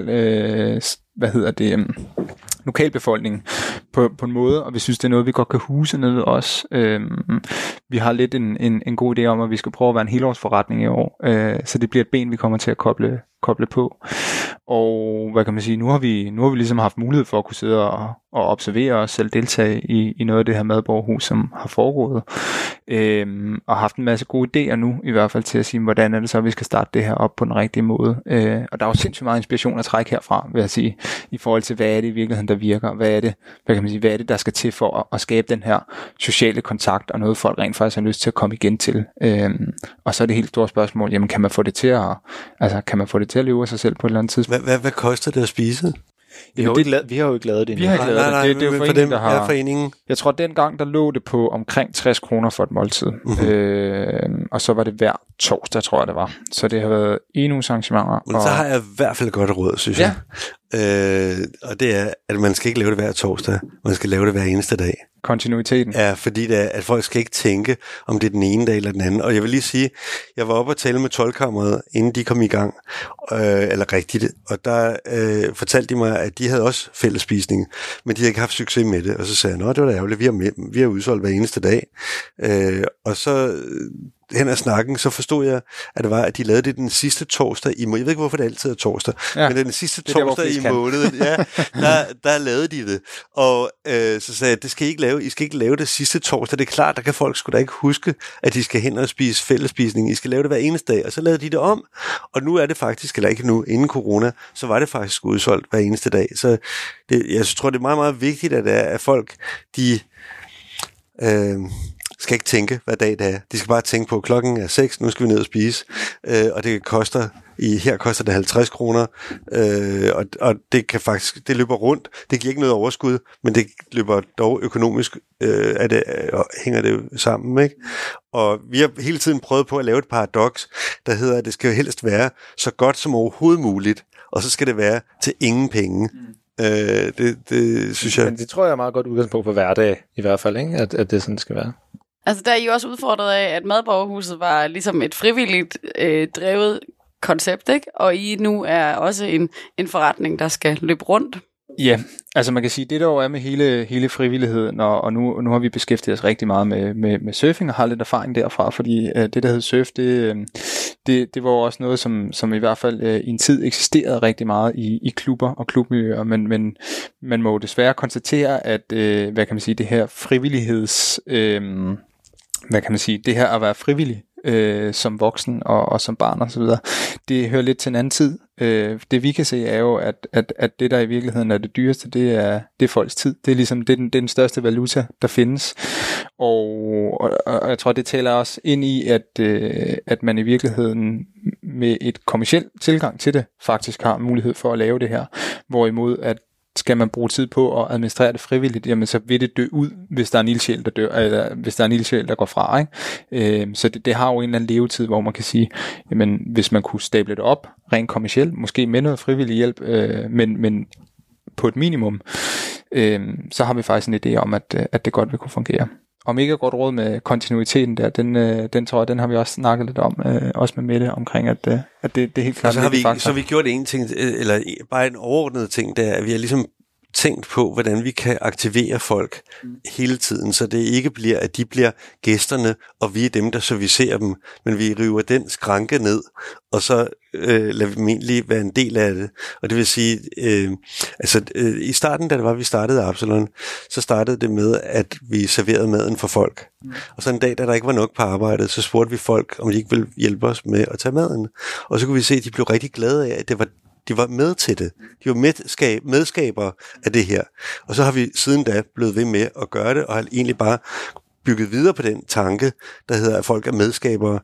lokalbefolkningen på en måde, og vi synes, det er noget, vi godt kan huse nede ved os. Vi har lidt en god idé om, at vi skal prøve at være en helårsforretning i år, så det bliver et ben, vi kommer til at koble på. Og hvad kan man sige, nu har vi ligesom haft mulighed for at kunne sidde og observere os selv, deltage i noget af det her Madborgerhus, som har foregået, og haft en masse gode idéer nu, i hvert fald til at sige, hvordan er det så, at vi skal starte det her op på den rigtige måde. Og der er jo sindssygt meget inspiration at trække herfra, vil jeg sige, i forhold til, hvad er det i virkeligheden, der virker, hvad er det, der skal til for at skabe den her sociale kontakt, og noget folk rent faktisk har lyst til at komme igen til. Og så er det helt store spørgsmål, jamen kan man få det til at leve af sig selv på et eller andet tidspunkt? Hvad koster det at spise? Vi har jo ikke lavet det. Vi har ikke lavet det. Det er jo foreningen, der har... foreningen. Jeg tror, dengang, der lå det på omkring 60 kroner for et måltid. Mm-hmm. Og så var det hver torsdag, tror jeg, det var. Så det har været en uges arrangementer. Men så har jeg i hvert fald godt råd, synes jeg. Og det er, at man skal ikke lave det hver torsdag. Man skal lave det hver eneste dag. Kontinuiteten. Ja, fordi det er, at folk skal ikke tænke, om det er den ene dag eller den anden. Og jeg vil lige sige, jeg var oppe og tale med toldkammeret, inden de kom i gang, eller rigtigt, og der fortalte de mig, at de havde også fællesspisning, men de havde ikke haft succes med det. Og så sagde jeg, det var da ærgerligt, vi har udsolgt hver eneste dag. Og så hen ad snakken, så forstod jeg, at det var, at de lavede det den sidste torsdag i måneden. Jeg ved ikke, hvorfor det altid er torsdag, men den sidste torsdag i måneden, der lavede de det. Og så sagde jeg, I skal ikke lave det sidste torsdag. Det er klart, der kan folk sgu da ikke huske, at de skal hen og spise fællesspisning. I skal lave det hver eneste dag. Og så lavede de det om. Og nu er det faktisk, eller ikke nu, inden corona, så var det faktisk udsolgt hver eneste dag. Så jeg tror, det er meget, meget vigtigt, at folk, de skal ikke tænke, hvad dag det er. De skal bare tænke på, klokken er 6, nu skal vi ned og spise. Og det koster, her koster det 50 kroner. Og det kan faktisk, det løber rundt. Det giver ikke noget overskud, men det løber dog økonomisk, hænger det sammen, ikke? Og vi har hele tiden prøvet på at lave et paradoks, der hedder, at det skal jo helst være så godt som overhovedet muligt, og så skal det være til ingen penge. Det synes jeg. Men det tror jeg er meget godt udgangspunkt for hverdag, i hvert fald, ikke? At det sådan skal være. Altså, der er I også udfordret af, at Madborgerhuset var ligesom et frivilligt drevet koncept, ikke? Og I nu er også en forretning, der skal løbe rundt. Ja, altså man kan sige, det der jo er med hele frivilligheden, og nu har vi beskæftiget os rigtig meget med surfing, og har lidt erfaring derfra, fordi det der hed surf, det var også noget, som i hvert fald i en tid eksisterede rigtig meget i klubber og klubmiljøer, men man må desværre konstatere, at hvad kan man sige, det her frivilligheds, hvad kan man sige, det her at være frivillig, som voksen og som barn og så videre, det hører lidt til en anden tid. Det vi kan se er jo, at det der i virkeligheden er det dyreste, det er folks tid. Det er ligesom det er den største valuta, der findes. Og jeg tror, det taler også ind i, at man i virkeligheden med et kommercielt tilgang til det, faktisk har mulighed for at lave det her. Hvorimod at skal man bruge tid på at administrere det frivilligt, jamen så vil det dø ud, hvis der er en ildsjæl, der dør, eller hvis der er en ildsjæl, der går fra, ikke? Så det har jo en eller anden levetid, hvor man kan sige, jamen hvis man kunne stable det op, rent kommercielt, måske med noget frivillig hjælp, men på et minimum, så har vi faktisk en idé om, at det godt vil kunne fungere. Om ikke er godt råd med kontinuiteten der, den tror jeg, den har vi også snakket lidt om, også med Mette, omkring, at det er helt klart. Så har vi gjort en ting, eller bare en overordnet ting, der at vi har ligesom tænkt på, hvordan vi kan aktivere folk hele tiden, så det ikke bliver, at de bliver gæsterne, og vi er dem, der servicerer dem, men vi river den skranke ned, og så lader vi dem egentlig være en del af det. Og det vil sige, i starten, da vi startede Absalon, så startede det med, at vi serverede maden for folk. Og så en dag, da der ikke var nok på arbejdet, så spurgte vi folk, om de ikke ville hjælpe os med at tage maden. Og så kunne vi se, at de blev rigtig glade af, at de var med til det. De var medskabere af det her. Og så har vi siden da blevet ved med at gøre det, og har egentlig bare bygget videre på den tanke, der hedder, at folk er medskabere,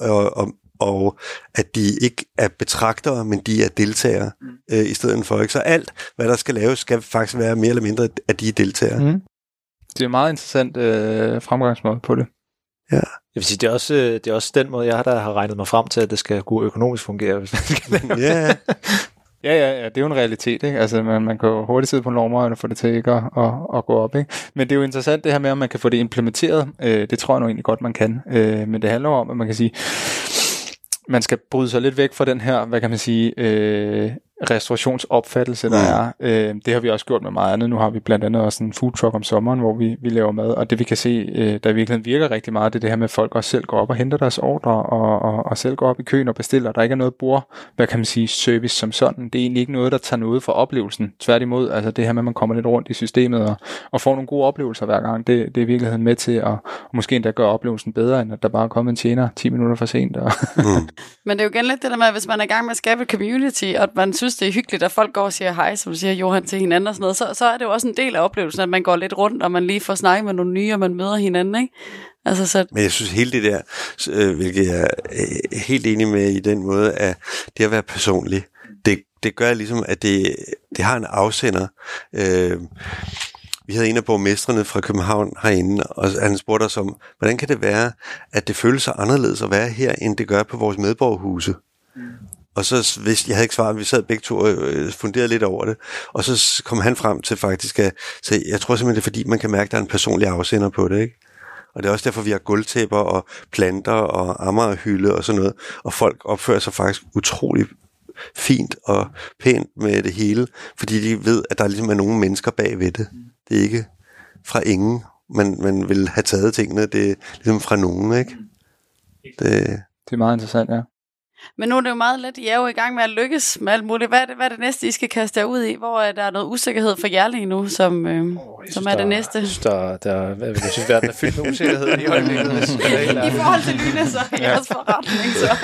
og at de ikke er betragtere, men de er deltagere i stedet for. Ikke? Så alt, hvad der skal laves, skal faktisk være mere eller mindre, at de er deltagere. Mm. Det er en meget interessant fremgangsmåde på det. Ja. Jeg vil sige, det er også den måde, jeg har regnet mig frem til, at det skal kunne økonomisk fungere, hvis man skal lave det. Yeah. Ja, det er jo en realitet, ikke? Altså, man kan jo hurtigt sidde på normer og få det til ikke at gå op, ikke? Men det er jo interessant det her med, at man kan få det implementeret. Det tror jeg nu egentlig godt, man kan. Men det handler om, at man kan sige, man skal bryde sig lidt væk fra den her, hvad kan man sige, restaurationsopfattelse, der er. Det har vi også gjort med meget andet. Nu har vi blandt andet også en food truck om sommeren, hvor vi laver mad, og det vi kan se, der virkelig virker rigtig meget, det er det her med, at folk også selv går op og henter deres ordre, og selv går op i køen og bestiller. Der ikke er noget bord, hvad kan man sige, service som sådan. Det er egentlig ikke noget, der tager noget fra oplevelsen. Tværtimod, altså det her med, at man kommer lidt rundt i systemet og får nogle gode oplevelser hver gang, det er i virkeligheden med til at måske endda gøre oplevelsen bedre, end at der bare er kommet en tjener 10 minutter for sent. Men det er jo igen lidt det der med, at hvis man er i gang med at skabe et community, og man synes, det er hyggeligt, at folk går og siger hej, som du siger, Johan, til hinanden og sådan noget, så er det jo også en del af oplevelsen, at man går lidt rundt, og man lige får snakket med nogle nye, og man møder hinanden, ikke? Altså, så... Men jeg synes hele det der, hvilket jeg er helt enig med i den måde, at det at være personlig, det gør ligesom, at det har en afsender. Vi havde en af borgmestrene fra København herinde, og han spurgte os om, hvordan kan det være, at det føles så anderledes at være her, end det gør på vores medborgerhuse? Og så hvis jeg havde ikke svaret, vi sad begge to og funderede lidt over det, og så kom han frem til faktisk at sige, jeg tror simpelthen det er fordi, man kan mærke, at der er en personlig afsender på det, ikke? Og det er også derfor, vi har gulvtæpper og planter og Amagerhylde og sådan noget, og folk opfører sig faktisk utrolig fint og pænt med det hele, fordi de ved, at der ligesom er nogle mennesker bag ved det. Det er ikke fra ingen, man vil have taget tingene, det er ligesom fra nogen, ikke? Det er meget interessant, ja. Men nu er det jo meget let. I er jo i gang med at lykkes med alt muligt. Hvad er det næste, I skal kaste jer ud i? Hvor er der noget usikkerhed for jer lige nu, som er det næste? Hvad vil du sige, verden er fyldt med usikkerhed i øjeblikket? I forhold til Lynes og jeres forretning, så.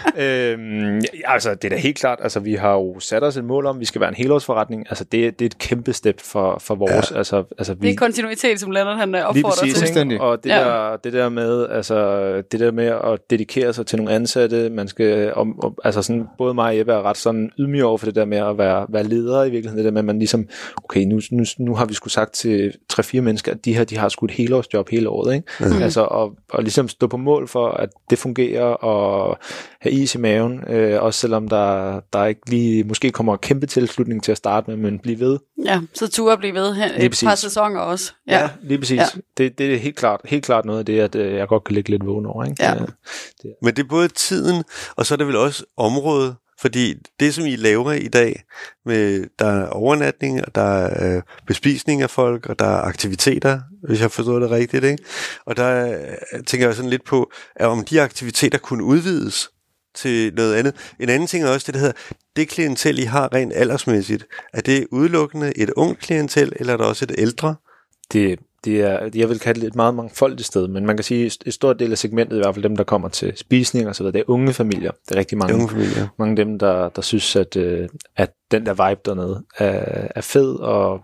Altså, det er da helt klart. Altså, vi har jo sat os et mål om, vi skal være en helårsforretning. Altså, det er et kæmpe step for vores. Ja. Altså, det er kontinuitet, som Lennart han opfordrer til. Og det der med, altså, det der med at dedikere sig til nogle ansatte, man skal altså sådan, både mig og Jeppe er ret sådan ydmyge over for det der med at være ledere i virkeligheden, det der med, at man ligesom, okay, nu har vi sgu sagt til 3-4 mennesker, at de har sgu et helårsjob hele året, ikke? Mm. Altså, og ligesom stå på mål for, at det fungerer, og have is i maven, også selvom der ikke lige, måske kommer kæmpe tilslutning til at starte med, men blive ved. Ja, så turde blive ved et par sæsoner også. Ja, lige præcis. Ja. Det er helt klart noget af det, at jeg godt kan ligge lidt vågen over, ikke? Ja. Men det er både tiden, og så er det vel også området, fordi det, som I laver i dag, med der er overnatning, og der er bespisning af folk, og der er aktiviteter, hvis jeg forstår det rigtigt, ikke? Og der tænker jeg sådan lidt på, at om de aktiviteter kunne udvides til noget andet. En anden ting er også det, der hedder, det klientel, I har rent aldersmæssigt, er det udelukkende et ungt klientel, eller er der også et ældre? Det er, jeg vil kalde det et meget mangfoldigt sted, men man kan sige, at et stort del af segmentet, i hvert fald dem, der kommer til spisning og så videre, det er unge familier. Det er rigtig mange af dem, der synes, at den der vibe dernede er fed, og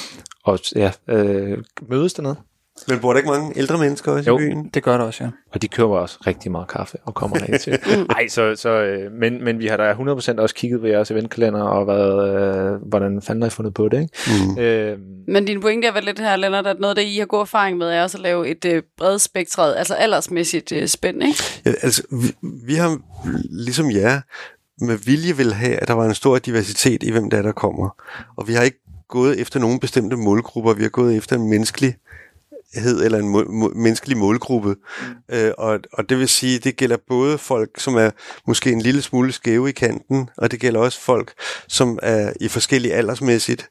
mødes dernede. Men bor der ikke mange ældre mennesker også i byen? Det gør der også, ja. Og de køber også rigtig meget kaffe og kommer rigtig til. Men vi har da 100% også kigget på jeres eventkalender og hvordan fanden har I fundet på det, ikke? Men din pointe er vel lidt her, Lennart, at noget af det, I har god erfaring med, er også at lave et bredspektret, altså aldersmæssigt spænd, ikke? Ja, altså, vi har ligesom jer med vilje vil have, at der var en stor diversitet i, hvem der kommer. Og vi har ikke gået efter nogle bestemte målgrupper, vi har gået efter en menneskelig eller en menneskelig målgruppe. Og det vil sige, det gælder både folk, som er måske en lille smule skæve i kanten, og det gælder også folk, som er i forskellige aldersmæssigt.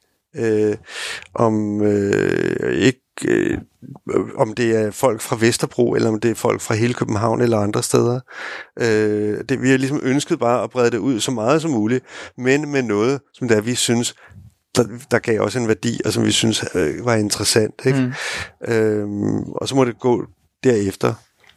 Om det er folk fra Vesterbro, eller om det er folk fra hele København eller andre steder. Vi har ligesom ønsket bare at brede det ud så meget som muligt, men med noget, som der vi synes, der gav også en værdi, og som vi synes var interessant, ikke? Og så må det gå derefter.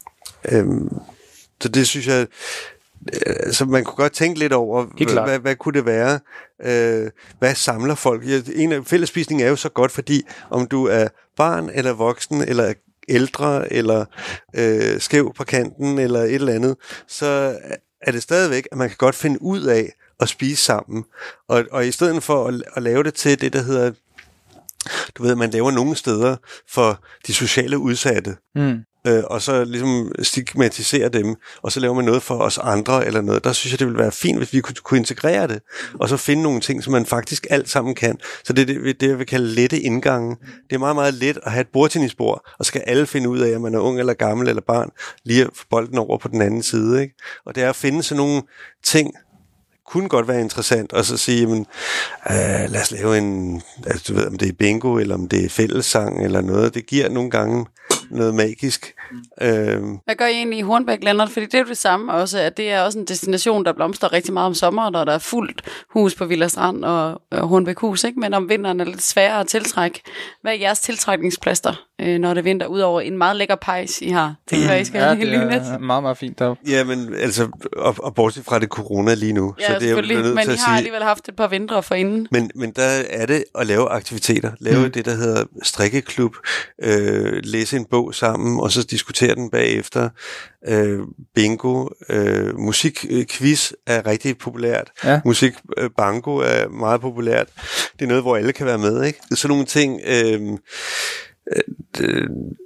Så det synes jeg, så man kunne godt tænke lidt over, hvad kunne det være? Hvad samler folk? En af fællesspisning er jo så godt, fordi om du er barn eller voksen eller ældre eller skæv på kanten eller et eller andet, så er det stadigvæk, at man kan godt finde ud af at spise sammen. Og i stedet for at lave det til det, der hedder, du ved, man laver nogle steder for de sociale udsatte, og så ligesom stigmatisere dem, og så laver man noget for os andre eller noget. Der synes jeg, det ville være fint, hvis vi kunne integrere det, og så finde nogle ting, som man faktisk alt sammen kan. Så det er det, jeg vil kalde lette indgange. Det er meget, meget let at have et bordtennisbord, og så skal alle finde ud af, om man er ung eller gammel eller barn, lige at få bolden over på den anden side, ikke? Og det er at finde sådan nogle ting, kunne godt være interessant, og så sige, men, lad os lave en, altså, du ved, om det er bingo, eller om det er fællessang, eller noget. Det giver nogle gange noget magisk. Hvad gør I egentlig i Hornbæk, Lennart? Fordi det er jo det samme også, at det er også en destination, der blomstrer rigtig meget om sommeren, og der er fuldt hus på Villa Strand og Hornbækhus, ikke? Men om vinteren er lidt sværere at tiltrække. Hvad er jeres tiltrækningsplaster, når det er vinter, udover en meget lækker pejs, I har? Tænker jeg, I skal have det er meget, meget fint deroppe. Ja, men altså, og bortset fra det corona lige nu. Ja, så det selvfølgelig, men I har alligevel haft et par vintre forinden. Men der er det at lave aktiviteter. Lave det, der hedder strikkeklub, læse en bog sammen, og så diskutere den bagefter. Bingo, musikquiz er rigtig populært. Ja. Musikbango er meget populært. Det er noget, hvor alle kan være med, ikke? Sådan nogle ting.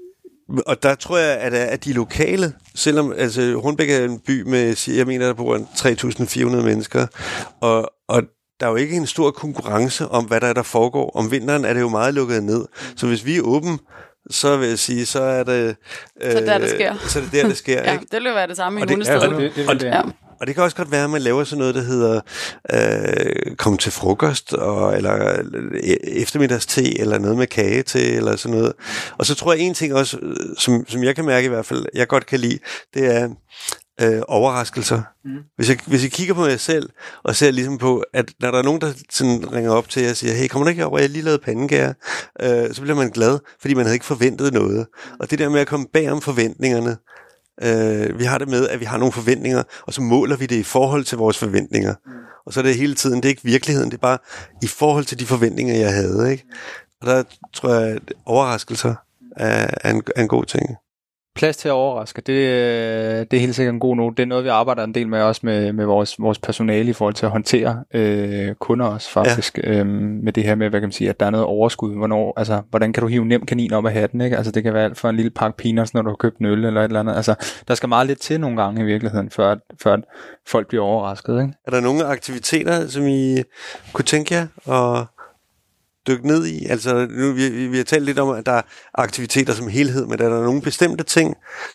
Og der tror jeg, at de lokale, selvom altså Hornbæk er en by med, jeg mener, der bor 3.400 mennesker, og der er jo ikke en stor konkurrence om, hvad der foregår. Om vinteren er det jo meget lukket ned. Så hvis vi er åben, så vil jeg sige, så er det... så der, det sker. Så er det der, det sker, ja, ikke? det vil være det samme i Og Hundested. Ja. Og det kan også godt være, at man laver sådan noget, der hedder komme til frokost, eller eftermiddagste, eller noget med kage til, eller sådan noget. Og så tror jeg en ting også, som jeg kan mærke i hvert fald, jeg godt kan lide, det er overraskelser. Hvis jeg kigger på mig selv, og ser ligesom på, at når der er nogen, der sådan ringer op til jer og siger, hey, kommer du ikke over, jeg har lige lavet pandekager, så bliver man glad, fordi man havde ikke forventet noget. Og det der med at komme bag om forventningerne, vi har det med, at vi har nogle forventninger, og så måler vi det i forhold til vores forventninger. Og så er det hele tiden, det er ikke virkeligheden, det er bare i forhold til de forventninger, jeg havde. Ikke? Og der tror jeg, at overraskelser er en god ting. Plads til at overraske, det er helt sikkert en god note. Det er noget, vi arbejder en del med også med vores personale i forhold til at håndtere kunder også faktisk. Ja. Med det her med, hvad kan man sige, at der er noget overskud. Hvordan kan du hive nem kanin op af hatten, ikke? Altså det kan være alt for en lille pakke peanuts, når du har købt en øl eller et eller andet. Altså der skal meget lidt til nogle gange i virkeligheden, før folk bliver overrasket, ikke? Er der nogle aktiviteter, som I kunne tænke jer at dykke ned i? Altså, nu, vi har talt lidt om, at der er aktiviteter som helhed, men er der nogle bestemte ting?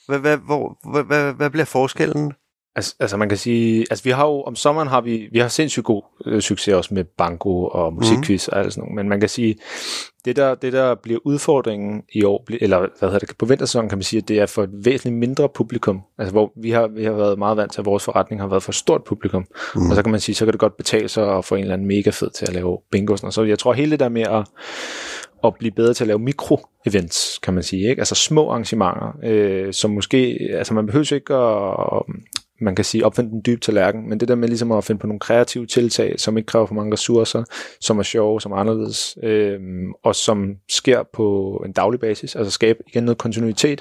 Hvad bliver forskellen? Altså man kan sige, altså vi har jo om sommeren har vi har sindssygt god succes også med banko og musikquiz og alt sådan noget, men man kan sige, det der bliver udfordringen i år, eller hvad hedder det, på vintersæsonen kan man sige, at det er for et væsentligt mindre publikum, altså hvor vi har været meget vant til, at vores forretning har været for et stort publikum, og så kan man sige, så kan det godt betale sig at få en eller anden mega fed til at lave bingo, og så jeg tror hele det der med at blive bedre til at lave mikro-events, kan man sige, ikke? Altså små arrangementer, som måske, altså man behøver ikke at man kan sige opfinde den dybe tallerken, men det der med ligesom at finde på nogle kreative tiltag, som ikke kræver for mange ressourcer, som er sjove, som er anderledes, og som sker på en daglig basis, altså skabe igen noget kontinuitet,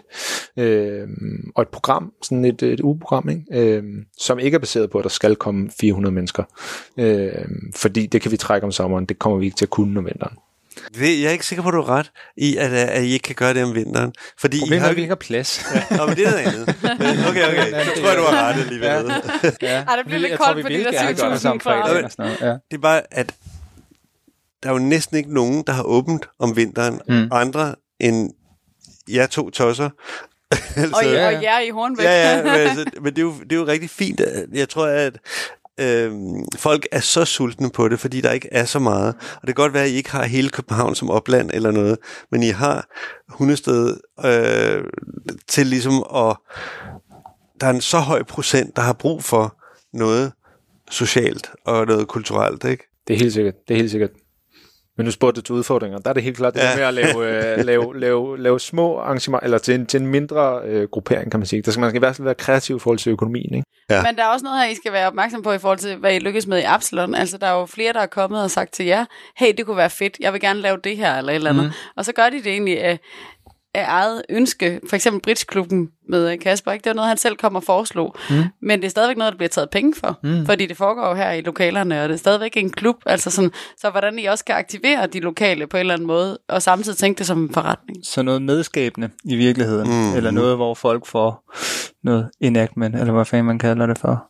og et program, sådan et ugeprogram, ikke? Som ikke er baseret på, at der skal komme 400 mennesker, fordi det kan vi trække om sommeren, det kommer vi ikke til at kunne om vinteren. Jeg er ikke sikker på, at du er ret i, at I ikke kan gøre det om vinteren. Fordi problemet er, at vi ikke har plads. Nå, men det er noget andet. Okay. Så tror jeg, du har ret alligevel. Ja, det bliver lidt koldt på de der 7.000 grader. Det er bare, at der er jo næsten ikke nogen, der har åbent om vinteren, andre end jer to tosser. Altså, og jer i Hornbæk. Men det er jo rigtig fint. Jeg tror, at folk er så sultne på det, fordi der ikke er så meget. Og det kan godt være, at I ikke har hele København som opland eller noget, men I har Hundested til ligesom at... Der er en så høj procent, der har brug for noget socialt og noget kulturelt, ikke? Det er helt sikkert. Men nu spurgte du til udfordringer. Der er det helt klart det med at lave små arrangementer, eller til en mindre gruppering, kan man sige. Der skal man i hvert fald være kreativ i forhold til økonomien, ikke? Ja. Men der er også noget her, I skal være opmærksom på i forhold til, hvad I lykkes med i Absalon. Altså, der er jo flere, der er kommet og sagt til jer, hey, det kunne være fedt, jeg vil gerne lave det her, eller et eller andet. Og så gør de det egentlig af eget ønske. For eksempel Bridgeklubben med Kasper, ikke? Det er noget, han selv kom og foreslog. Men det er stadigvæk noget, der bliver taget penge for. Fordi det foregår jo her i lokalerne, og det er stadigvæk en klub. Altså sådan, så hvordan I også kan aktivere de lokale på en eller anden måde, og samtidig tænke det som en forretning. Så noget medskabende i virkeligheden, eller noget, hvor folk får noget enactment, eller hvad fanden man kalder det for.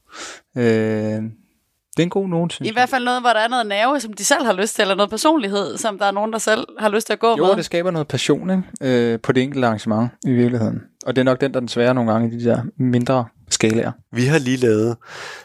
Det er en god note, synes jeg. I hvert fald noget, hvor der er noget nerve, som de selv har lyst til, eller noget personlighed, som der er nogen, der selv har lyst til at gå med. Jo, det skaber noget passion, ikke? På det enkelte arrangement i virkeligheden. Og det er nok den, der er den svære nogle gange i de der mindre skalaer. Vi har lige lavet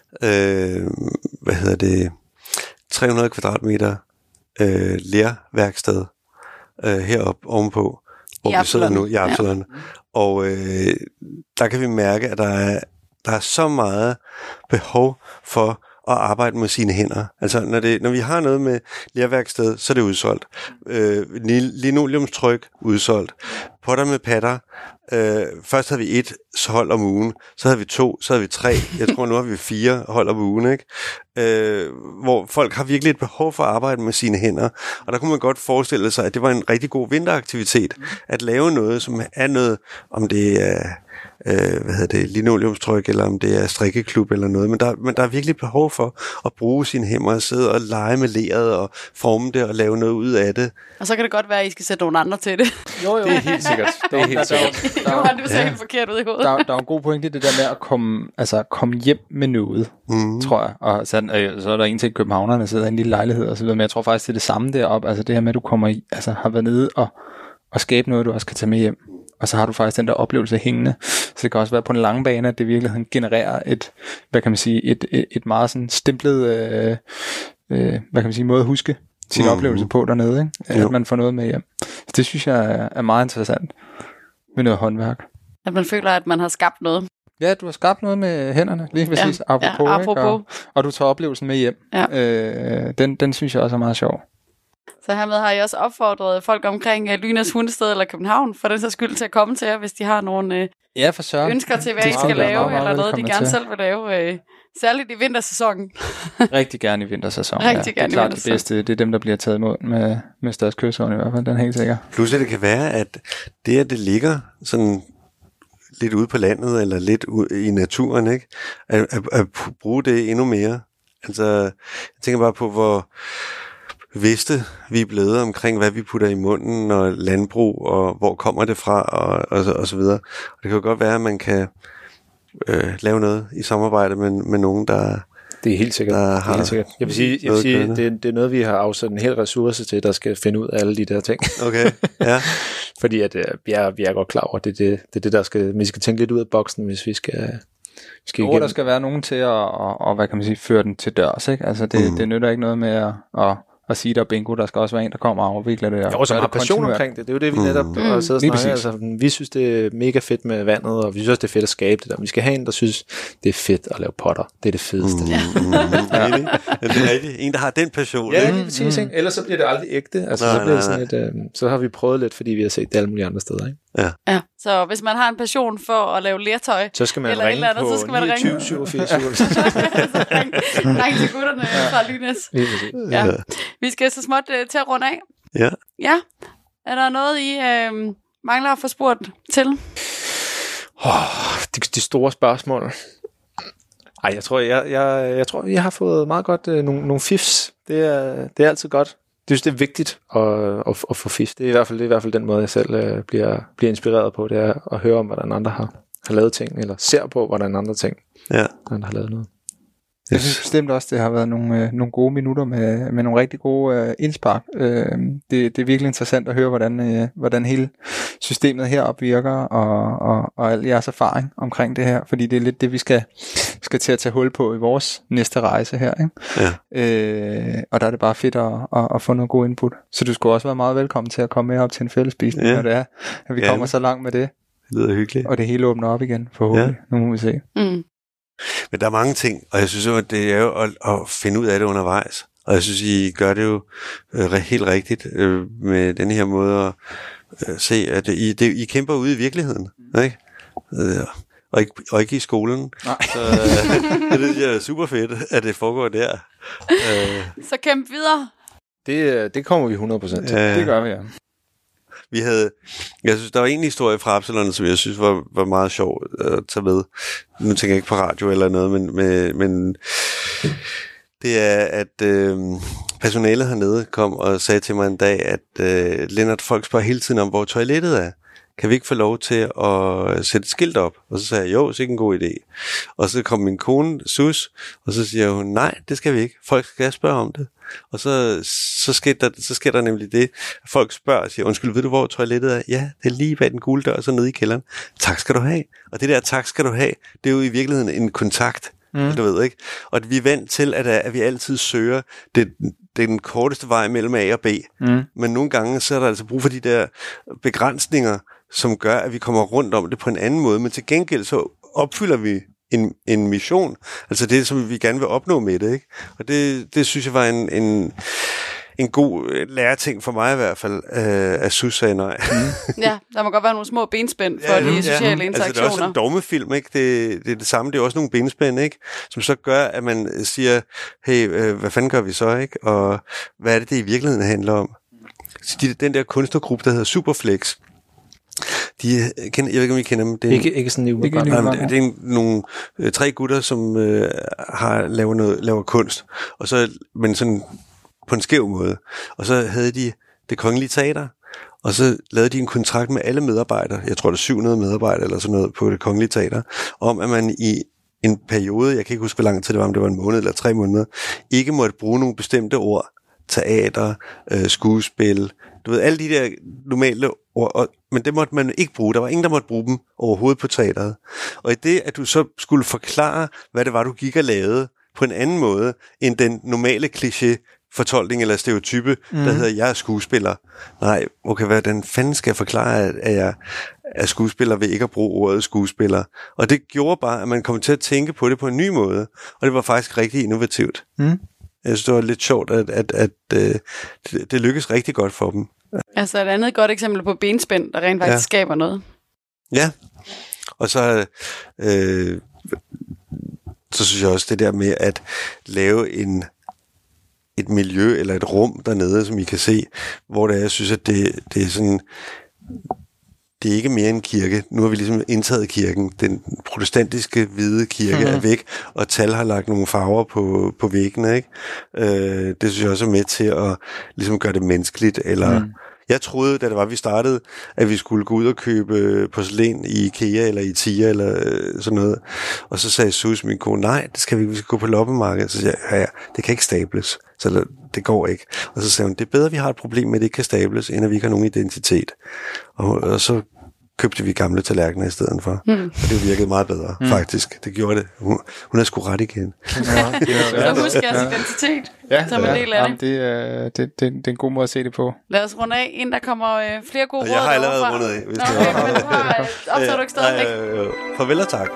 300 kvadratmeter lerværksted heroppe ovenpå, hvor vi sidder nu i Absalon. Ja. Og der kan vi mærke, at der er så meget behov for at arbejde med sine hænder. Altså, når vi har noget med lerværksted, så er det udsolgt. Linoleumstryk, udsolgt. Potter med patter. Først havde vi 1 hold om ugen, så havde vi 2, så havde vi 3. Jeg tror, nu har vi 4 hold om ugen, ikke? Hvor folk har virkelig et behov for at arbejde med sine hænder. Og der kunne man godt forestille sig, at det var en rigtig god vinteraktivitet. At lave noget, som er noget, om det er linoleumstryk, eller om det er strikkeklub eller noget, men der er virkelig behov for at bruge sine hænder og sidde og lege med leret og forme det og lave noget ud af det. Og så kan det godt være, at I skal sætte nogle andre til det. Jo. Det er helt sikkert. sikkert. Det er helt sikkert. Johan, du ser helt forkert ud i hovedet. Der er en god pointe i det der med at komme hjem med noget, tror jeg. Og så er der en til københavnerne, der sidder i en lille lejlighed og så videre, men jeg tror faktisk, det er det samme deroppe. Altså det her med, at du kommer i, altså har været nede og skabe noget, du også kan tage med hjem. Og så har du faktisk den der oplevelse hængende. Så det kan også være på en lang bane, at det virkelig genererer et meget sådan stemplet, måde at huske sin oplevelse på dernede, ikke? At man får noget med hjem. Så det synes jeg er meget interessant med noget håndværk. At man føler, at man har skabt noget. Ja, du har skabt noget med hænderne, lige præcis. Apropos. Og du tager oplevelsen med hjem. Ja. Den synes jeg også er meget sjov. Så hermed har jeg også opfordret folk omkring Lynas Hundested eller København, for den så skyld til at komme til jer, hvis de har nogle ønsker til, hvad I skal lave, eller noget, de gerne selv vil lave. Særligt i vintersæsonen. Rigtig gerne i vintersæsonen. Rigtig gerne det er klart det bedste. Det er dem, der bliver taget imod med størst kysshånd i hvert fald. Den er helt sikker. Plus at det kan være, at det ligger sådan lidt ude på landet, eller lidt i naturen, ikke? At bruge det endnu mere. Altså, jeg tænker bare på, hvor bevidste vi er blevet omkring, hvad vi putter i munden, og landbrug, og hvor kommer det fra, og så videre. Og det kan jo godt være, at man kan lave noget i samarbejde med nogen, der det er helt sikkert. Jeg vil sige det er noget, vi har afsat en hel ressource til, der skal finde ud af alle de der ting. Okay, ja. Fordi at vi er godt klar over, at det er det, der skal, vi skal tænke lidt ud af boksen, hvis vi skal der skal være nogen til at hvad kan man sige, føre den til dørs, ikke? Altså det nytter ikke noget med at sige, der er bingo, der skal også være en, der kommer og afvikler det. Og så har passion omkring det. Det er jo det, vi netop har siddet og snakket. Altså, vi synes, det er mega fedt med vandet, og vi synes også, det er fedt at skabe det der. Vi skal have en, der synes, det er fedt at lave potter. Det er det fedeste. Det er rigtigt. En, der har den passion. Ja, det er præcis. Ellers så bliver det aldrig ægte. Altså, så bliver det sådan så har vi prøvet lidt, fordi vi har set det alle mulige andre steder. Ikke? Ja. Så hvis man har en passion for at lave lertøj, så skal man ringe på 29 87. Ring til gutterne fra Lynes. Ja. Vi skal så småt til at runde af. Ja. Er der noget, I mangler at få spurgt til? De store spørgsmål. Ej, jeg tror, jeg har fået meget godt nogle fifs. Det er altid godt. Jeg synes, det er vigtigt at få fif. Det er i hvert fald den måde, jeg selv bliver inspireret på. Det er at høre om, hvordan andre har lavet ting, eller ser på, hvordan andre ting har lavet noget. Jeg synes bestemt også, det har været nogle gode minutter med nogle rigtig gode indspark. Det er virkelig interessant at høre, hvordan hele systemet heroppe virker, og al jeres erfaring omkring det her, fordi det er lidt det, vi skal til at tage hul på i vores næste rejse her. Ikke? Ja. Og der er det bare fedt at få noget god input. Så du skulle også være meget velkommen til at komme med op til en fællesspisning, når det er, at vi kommer så langt med det. Det lyder hyggeligt. Og det hele åbner op igen, forhåbentlig. Nu må vi se. Men der er mange ting, og jeg synes jo, at det er jo at finde ud af det undervejs. Og jeg synes, I gør det jo helt rigtigt med den her måde at se, at I kæmper ude i virkeligheden, ikke? Og ikke i skolen. Nej. Så det er super fedt, at det foregår der. Så kæmp videre. Det kommer vi 100% til. Det gør vi, ja. Jeg synes, der var en historie fra Absalon, som jeg synes var meget sjov at tage med. Nu tænker jeg ikke på radio eller noget, men det er, at personalet hernede kom og sagde til mig en dag, at Lennart, folk spørger hele tiden om, hvor toilettet er. Kan vi ikke få lov til at sætte et skilt op? Og så sagde jeg, jo, så er ikke en god idé. Og så kom min kone, Sus, og så siger hun, nej, det skal vi ikke. Folk skal spørge om det. Og så sker der nemlig det, at folk spørger og siger, undskyld, ved du, hvor toilettet er? Ja, det er lige bag den gule dør, så nede i kælderen. Tak skal du have. Og det der tak skal du have, det er jo i virkeligheden en kontakt. Du ved, ikke? Og vi er vant til, at vi altid søger den korteste vej mellem A og B. Men nogle gange, så er der altså brug for de der begrænsninger, som gør, at vi kommer rundt om det på en anden måde. Men til gengæld, så opfylder vi en mission. Altså det, som vi gerne vil opnå med det, ikke? Og det synes jeg var en god læreting for mig i hvert fald, at Sus sagde nej. Ja, der må godt være nogle små benspænd for de sociale interaktioner. Altså det er også en dogmefilm, ikke? Det er det samme, det er også nogle benspænd, ikke? Som så gør, at man siger, hey, hvad fanden gør vi så, ikke? Og hvad er det i virkeligheden handler om? Så den der kunstnergruppe, der hedder Superflex, jeg ved ikke, om I kender dem. Det er ikke sådan en det er nogle 3 gutter, som laver kunst, og så, men sådan på en skæv måde. Og så havde de Det Kongelige Teater, Og så lavede de en kontrakt med alle medarbejdere, jeg tror det er 700 medarbejdere eller sådan noget på Det Kongelige Teater, om at man i en periode, jeg kan ikke huske hvor lang tid det var, om det var en måned eller 3 måneder, ikke måtte bruge nogle bestemte ord. Teater, skuespil, du ved, alle de der normale ord, men det måtte man ikke bruge. Der var ingen, der måtte bruge dem overhovedet på teateret. Og i det, at du så skulle forklare, hvad det var, du gik og lavede på en anden måde, end den normale kliché-fortolkning eller stereotype, der hedder, jeg er skuespiller. Nej, okay, hvordan fanden skal jeg forklare, at jeg er skuespiller ved ikke at bruge ordet skuespiller? Og det gjorde bare, at man kom til at tænke på det på en ny måde, og det var faktisk rigtig innovativt. Jeg synes, det var lidt sjovt, at det lykkedes rigtig godt for dem. Altså et andet godt eksempel på benspænd, der rent faktisk skaber noget. Ja, og så synes jeg også det der med at lave et miljø eller et rum dernede, som I kan se, hvor det er, jeg synes, at det er sådan... Det er ikke mere en kirke. Nu har vi ligesom indtaget kirken. Den protestantiske hvide kirke er væk, og Tal har lagt nogle farver på væggene, ikke? Det synes jeg også er med til at ligesom gøre det menneskeligt. Eller jeg troede, da det var, vi startede, at vi skulle gå ud og købe porcelæn i IKEA eller i TIA eller sådan noget. Og så sagde Sus, min kone, nej, det skal vi skal gå på loppemarkedet. Så sagde jeg, ja, det kan ikke stables. Så det går ikke. Og så sagde hun, det er bedre, at vi har et problem med, at det ikke kan stables, end at vi ikke har nogen identitet. Og så købte vi gamle tallerkener i stedet for. Og det virkede meget bedre, faktisk. Det gjorde det. Hun er sgu ret igen. Så husk jeres identitet som en del af det. Det er en god måde at se det på. Lad os runde af, inden der kommer flere gode råd. Jeg har allerede rundet af. Okay, men du har optaget du ikke stadigvæk. Farvel og tak.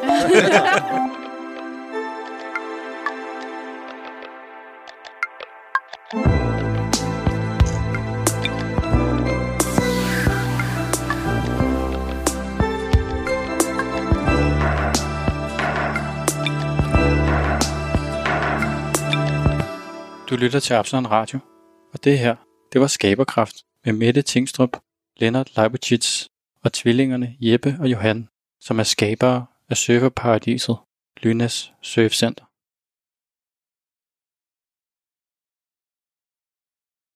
Du lytter til Absalon Radio, og det her, det var Skaberkraft med Mette Tingstrup, Lennart Leibowitz og tvillingerne Jeppe og Johan, som er skabere af surferparadiset Lynæs Surfcenter.